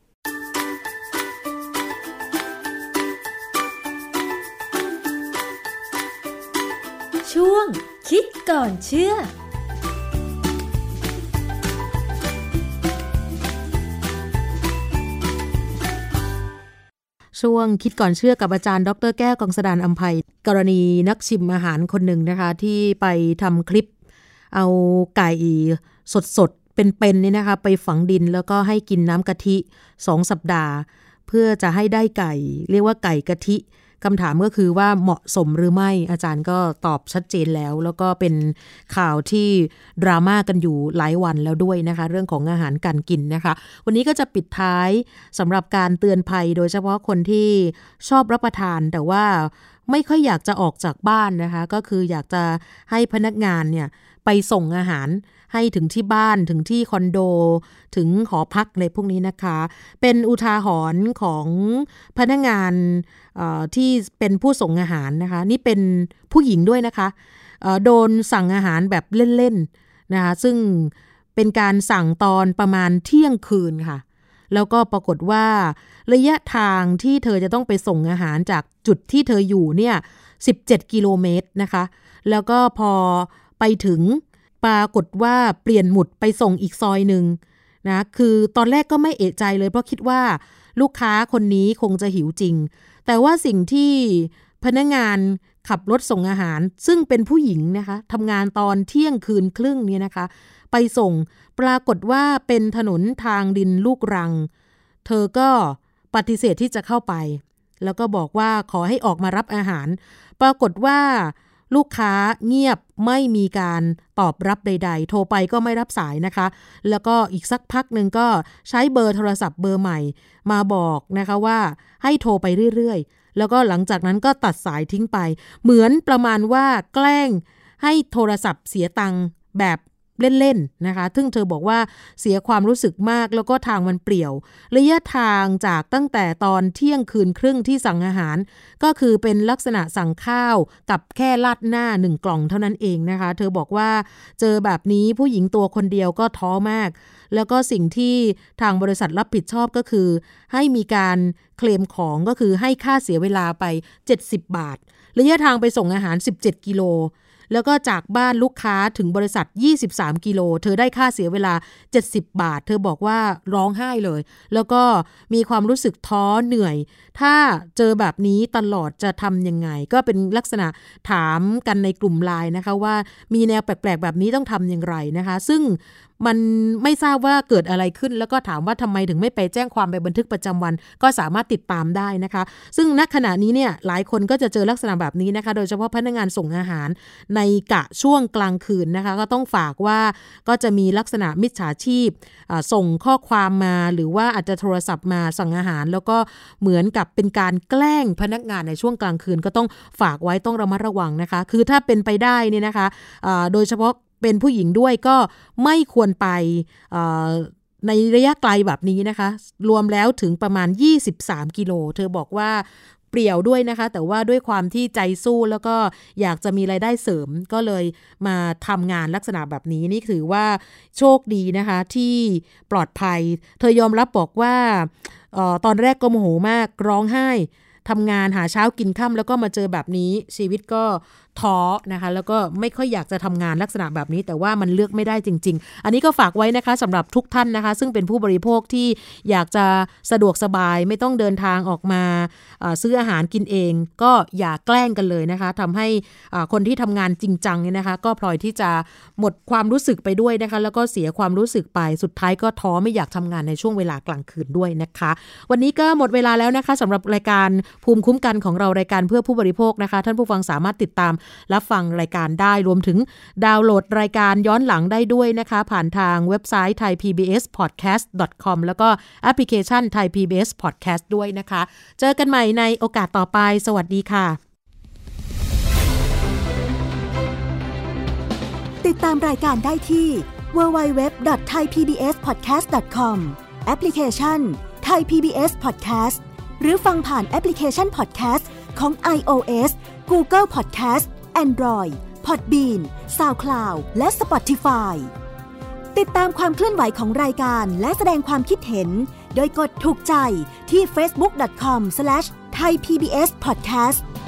ช่วงคิดก่อนเชื่อช่วงคิดก่อนเชื่อกับอาจารย์ดรแก้วกองสดานอำไพกรณีนักชิมอาหารคนหนึ่งนะคะที่ไปทำคลิปเอาไก่สดๆเป็นๆนี่นะคะไปฝังดินแล้วก็ให้กินน้ำกะทิสองสัปดาห์เพื่อจะให้ได้ไก่เรียกว่าไก่กะทิคำถามก็คือว่าเหมาะสมหรือไม่อาจารย์ก็ตอบชัดเจนแล้วแล้วก็เป็นข่าวที่ดราม่ากันอยู่หลายวันแล้วด้วยนะคะเรื่องของอาหารการกินนะคะวันนี้ก็จะปิดท้ายสำหรับการเตือนภัยโดยเฉพาะคนที่ชอบรับประทานแต่ว่าไม่ค่อยอยากจะออกจากบ้านนะคะก็คืออยากจะให้พนักงานเนี่ยไปส่งอาหารให้ถึงที่บ้านถึงที่คอนโดถึงหอพักอะไรพวกนี้นะคะเป็นอุทาหรณ์ของพนักงานที่เป็นผู้ส่งอาหารนะคะนี่เป็นผู้หญิงด้วยนะคะโดนสั่งอาหารแบบเล่นๆนะคะซึ่งเป็นการสั่งตอนประมาณเที่ยงคืนค่ะแล้วก็ปรากฏว่าระยะทางที่เธอจะต้องไปส่งอาหารจากจุดที่เธออยู่เนี่ยสิบเจ็ดกิโลเมตรนะคะแล้วก็พอไปถึงปรากฏว่าเปลี่ยนหมุดไปส่งอีกซอยนึงนะคือตอนแรกก็ไม่เอะใจเลยเพราะคิดว่าลูกค้าคนนี้คงจะหิวจริงแต่ว่าสิ่งที่พนักงานขับรถส่งอาหารซึ่งเป็นผู้หญิงนะคะทำงานตอนเที่ยงคืนครึ่งเนี่ยนะคะไปส่งปรากฏว่าเป็นถนนทางดินลูกรังเธอก็ปฏิเสธที่จะเข้าไปแล้วก็บอกว่าขอให้ออกมารับอาหารปรากฏว่าลูกค้าเงียบไม่มีการตอบรับใดๆโทรไปก็ไม่รับสายนะคะแล้วก็อีกสักพักหนึ่งก็ใช้เบอร์โทรศัพท์เบอร์ใหม่มาบอกนะคะว่าให้โทรไปเรื่อยๆแล้วก็หลังจากนั้นก็ตัดสายทิ้งไปเหมือนประมาณว่าแกล้งให้โทรศัพท์เสียตังค์แบบเล่นๆนะคะซึ่งเธอบอกว่าเสียความรู้สึกมากแล้วก็ทางมันเปลี่ยวระยะทางจากตั้งแต่ตอนเที่ยงคืนครึ่งที่สั่งอาหารก็คือเป็นลักษณะสั่งข้าวกับแค่ราดหน้าหนึ่งกล่องเท่านั้นเองนะคะเธอบอกว่าเจอแบบนี้ผู้หญิงตัวคนเดียวก็ท้อมากแล้วก็สิ่งที่ทางบริษัทรับผิดชอบก็คือให้มีการเคลมของก็คือให้ค่าเสียเวลาไปเจ็ดสิบบาทระยะทางไปส่งอาหารสิบเจ็ดกิโลแล้วก็จากบ้านลูกค้าถึงบริษัทยี่สิบสามกิโลเธอได้ค่าเสียเวลาเจ็ดสิบบาทเธอบอกว่าร้องไห้เลยแล้วก็มีความรู้สึกท้อเหนื่อยถ้าเจอแบบนี้ตลอดจะทำยังไงก็เป็นลักษณะถามกันในกลุ่มไลน์นะคะว่ามีแนวแปลกๆแบบนี้ต้องทำอย่างไรนะคะซึ่งมันไม่ทราบว่าเกิดอะไรขึ้นแล้วก็ถามว่าทำไมถึงไม่ไปแจ้งความไปบันทึกประจำวันก็สามารถติดตามได้นะคะซึ่งณขณะนี้เนี่ยหลายคนก็จะเจอลักษณะแบบนี้นะคะโดยเฉพาะพนักงานส่งอาหารในกะช่วงกลางคืนนะคะก็ต้องฝากว่าก็จะมีลักษณะมิจฉาชีพส่งข้อความมาหรือว่าอาจจะโทรศัพท์มาสั่งอาหารแล้วก็เหมือนกับเป็นการแกล้งพนักงานในช่วงกลางคืนก็ต้องฝากไว้ต้องระมัดระวังนะคะคือถ้าเป็นไปได้เนี่ยนะคะโดยเฉพาะเป็นผู้หญิงด้วยก็ไม่ควรไปในระยะไกลแบบนี้นะคะรวมแล้วถึงประมาณยี่สิบสามกิโลเธอบอกว่าเปรี่ยวด้วยนะคะแต่ว่าด้วยความที่ใจสู้แล้วก็อยากจะมีรายได้เสริมก็เลยมาทำงานลักษณะแบบนี้นี่ถือว่าโชคดีนะคะที่ปลอดภัยเธอยอมรับบอกว่าเอ่อตอนแรกก็โมโหมากร้องไห้ทำงานหาเช้ากินค่ำแล้วก็มาเจอแบบนี้ชีวิตก็ท้อนะคะแล้วก็ไม่ค่อยอยากจะทำงานลักษณะแบบนี้แต่ว่ามันเลือกไม่ได้จริงๆอันนี้ก็ฝากไว้นะคะสำหรับทุกท่านนะคะซึ่งเป็นผู้บริโภคที่อยากจะสะดวกสบายไม่ต้องเดินทางออกมาซื้ออาหารกินเองก็อย่าแกล้งกันเลยนะคะทำให้คนที่ทำงานจริงจังเนี่ยนะคะก็พลอยที่จะหมดความรู้สึกไปด้วยนะคะแล้วก็เสียความรู้สึกไปสุดท้ายก็ท้อไม่อยากทำงานในช่วงเวลากลางคืนด้วยนะคะวันนี้ก็หมดเวลาแล้วนะคะสำหรับรายการภูมิคุ้มกันของเรารายการเพื่อผู้บริโภคนะคะท่านผู้ฟังสามารถติดตามรับฟังรายการได้รวมถึงดาวน์โหลดรายการย้อนหลังได้ด้วยนะคะผ่านทางเว็บไซต์ ไทย พี บี เอส พอดแคสต์ ดอท คอม แล้วก็แอปพลิเคชัน Thai พี บี เอส Podcast ด้วยนะคะเจอกันใหม่ในโอกาสต่อไปสวัสดีค่ะติดตามรายการได้ที่ ดับเบิลยู ดับเบิลยู ดับเบิลยู ดอท ไทย พี บี เอส พอดแคสต์ ดอท คอม แอปพลิเคชัน Thai พี บี เอส Podcast หรือฟังผ่านแอปพลิเคชัน Podcast ของ iOS Google Podcast Android Podbean SoundCloud และ Spotify ติดตามความเคลื่อนไหวของรายการและแสดงความคิดเห็นโดยกดถูกใจที่ เฟซบุ๊ก ดอท คอม สแลช ไทย พี บี เอส พอดแคสต์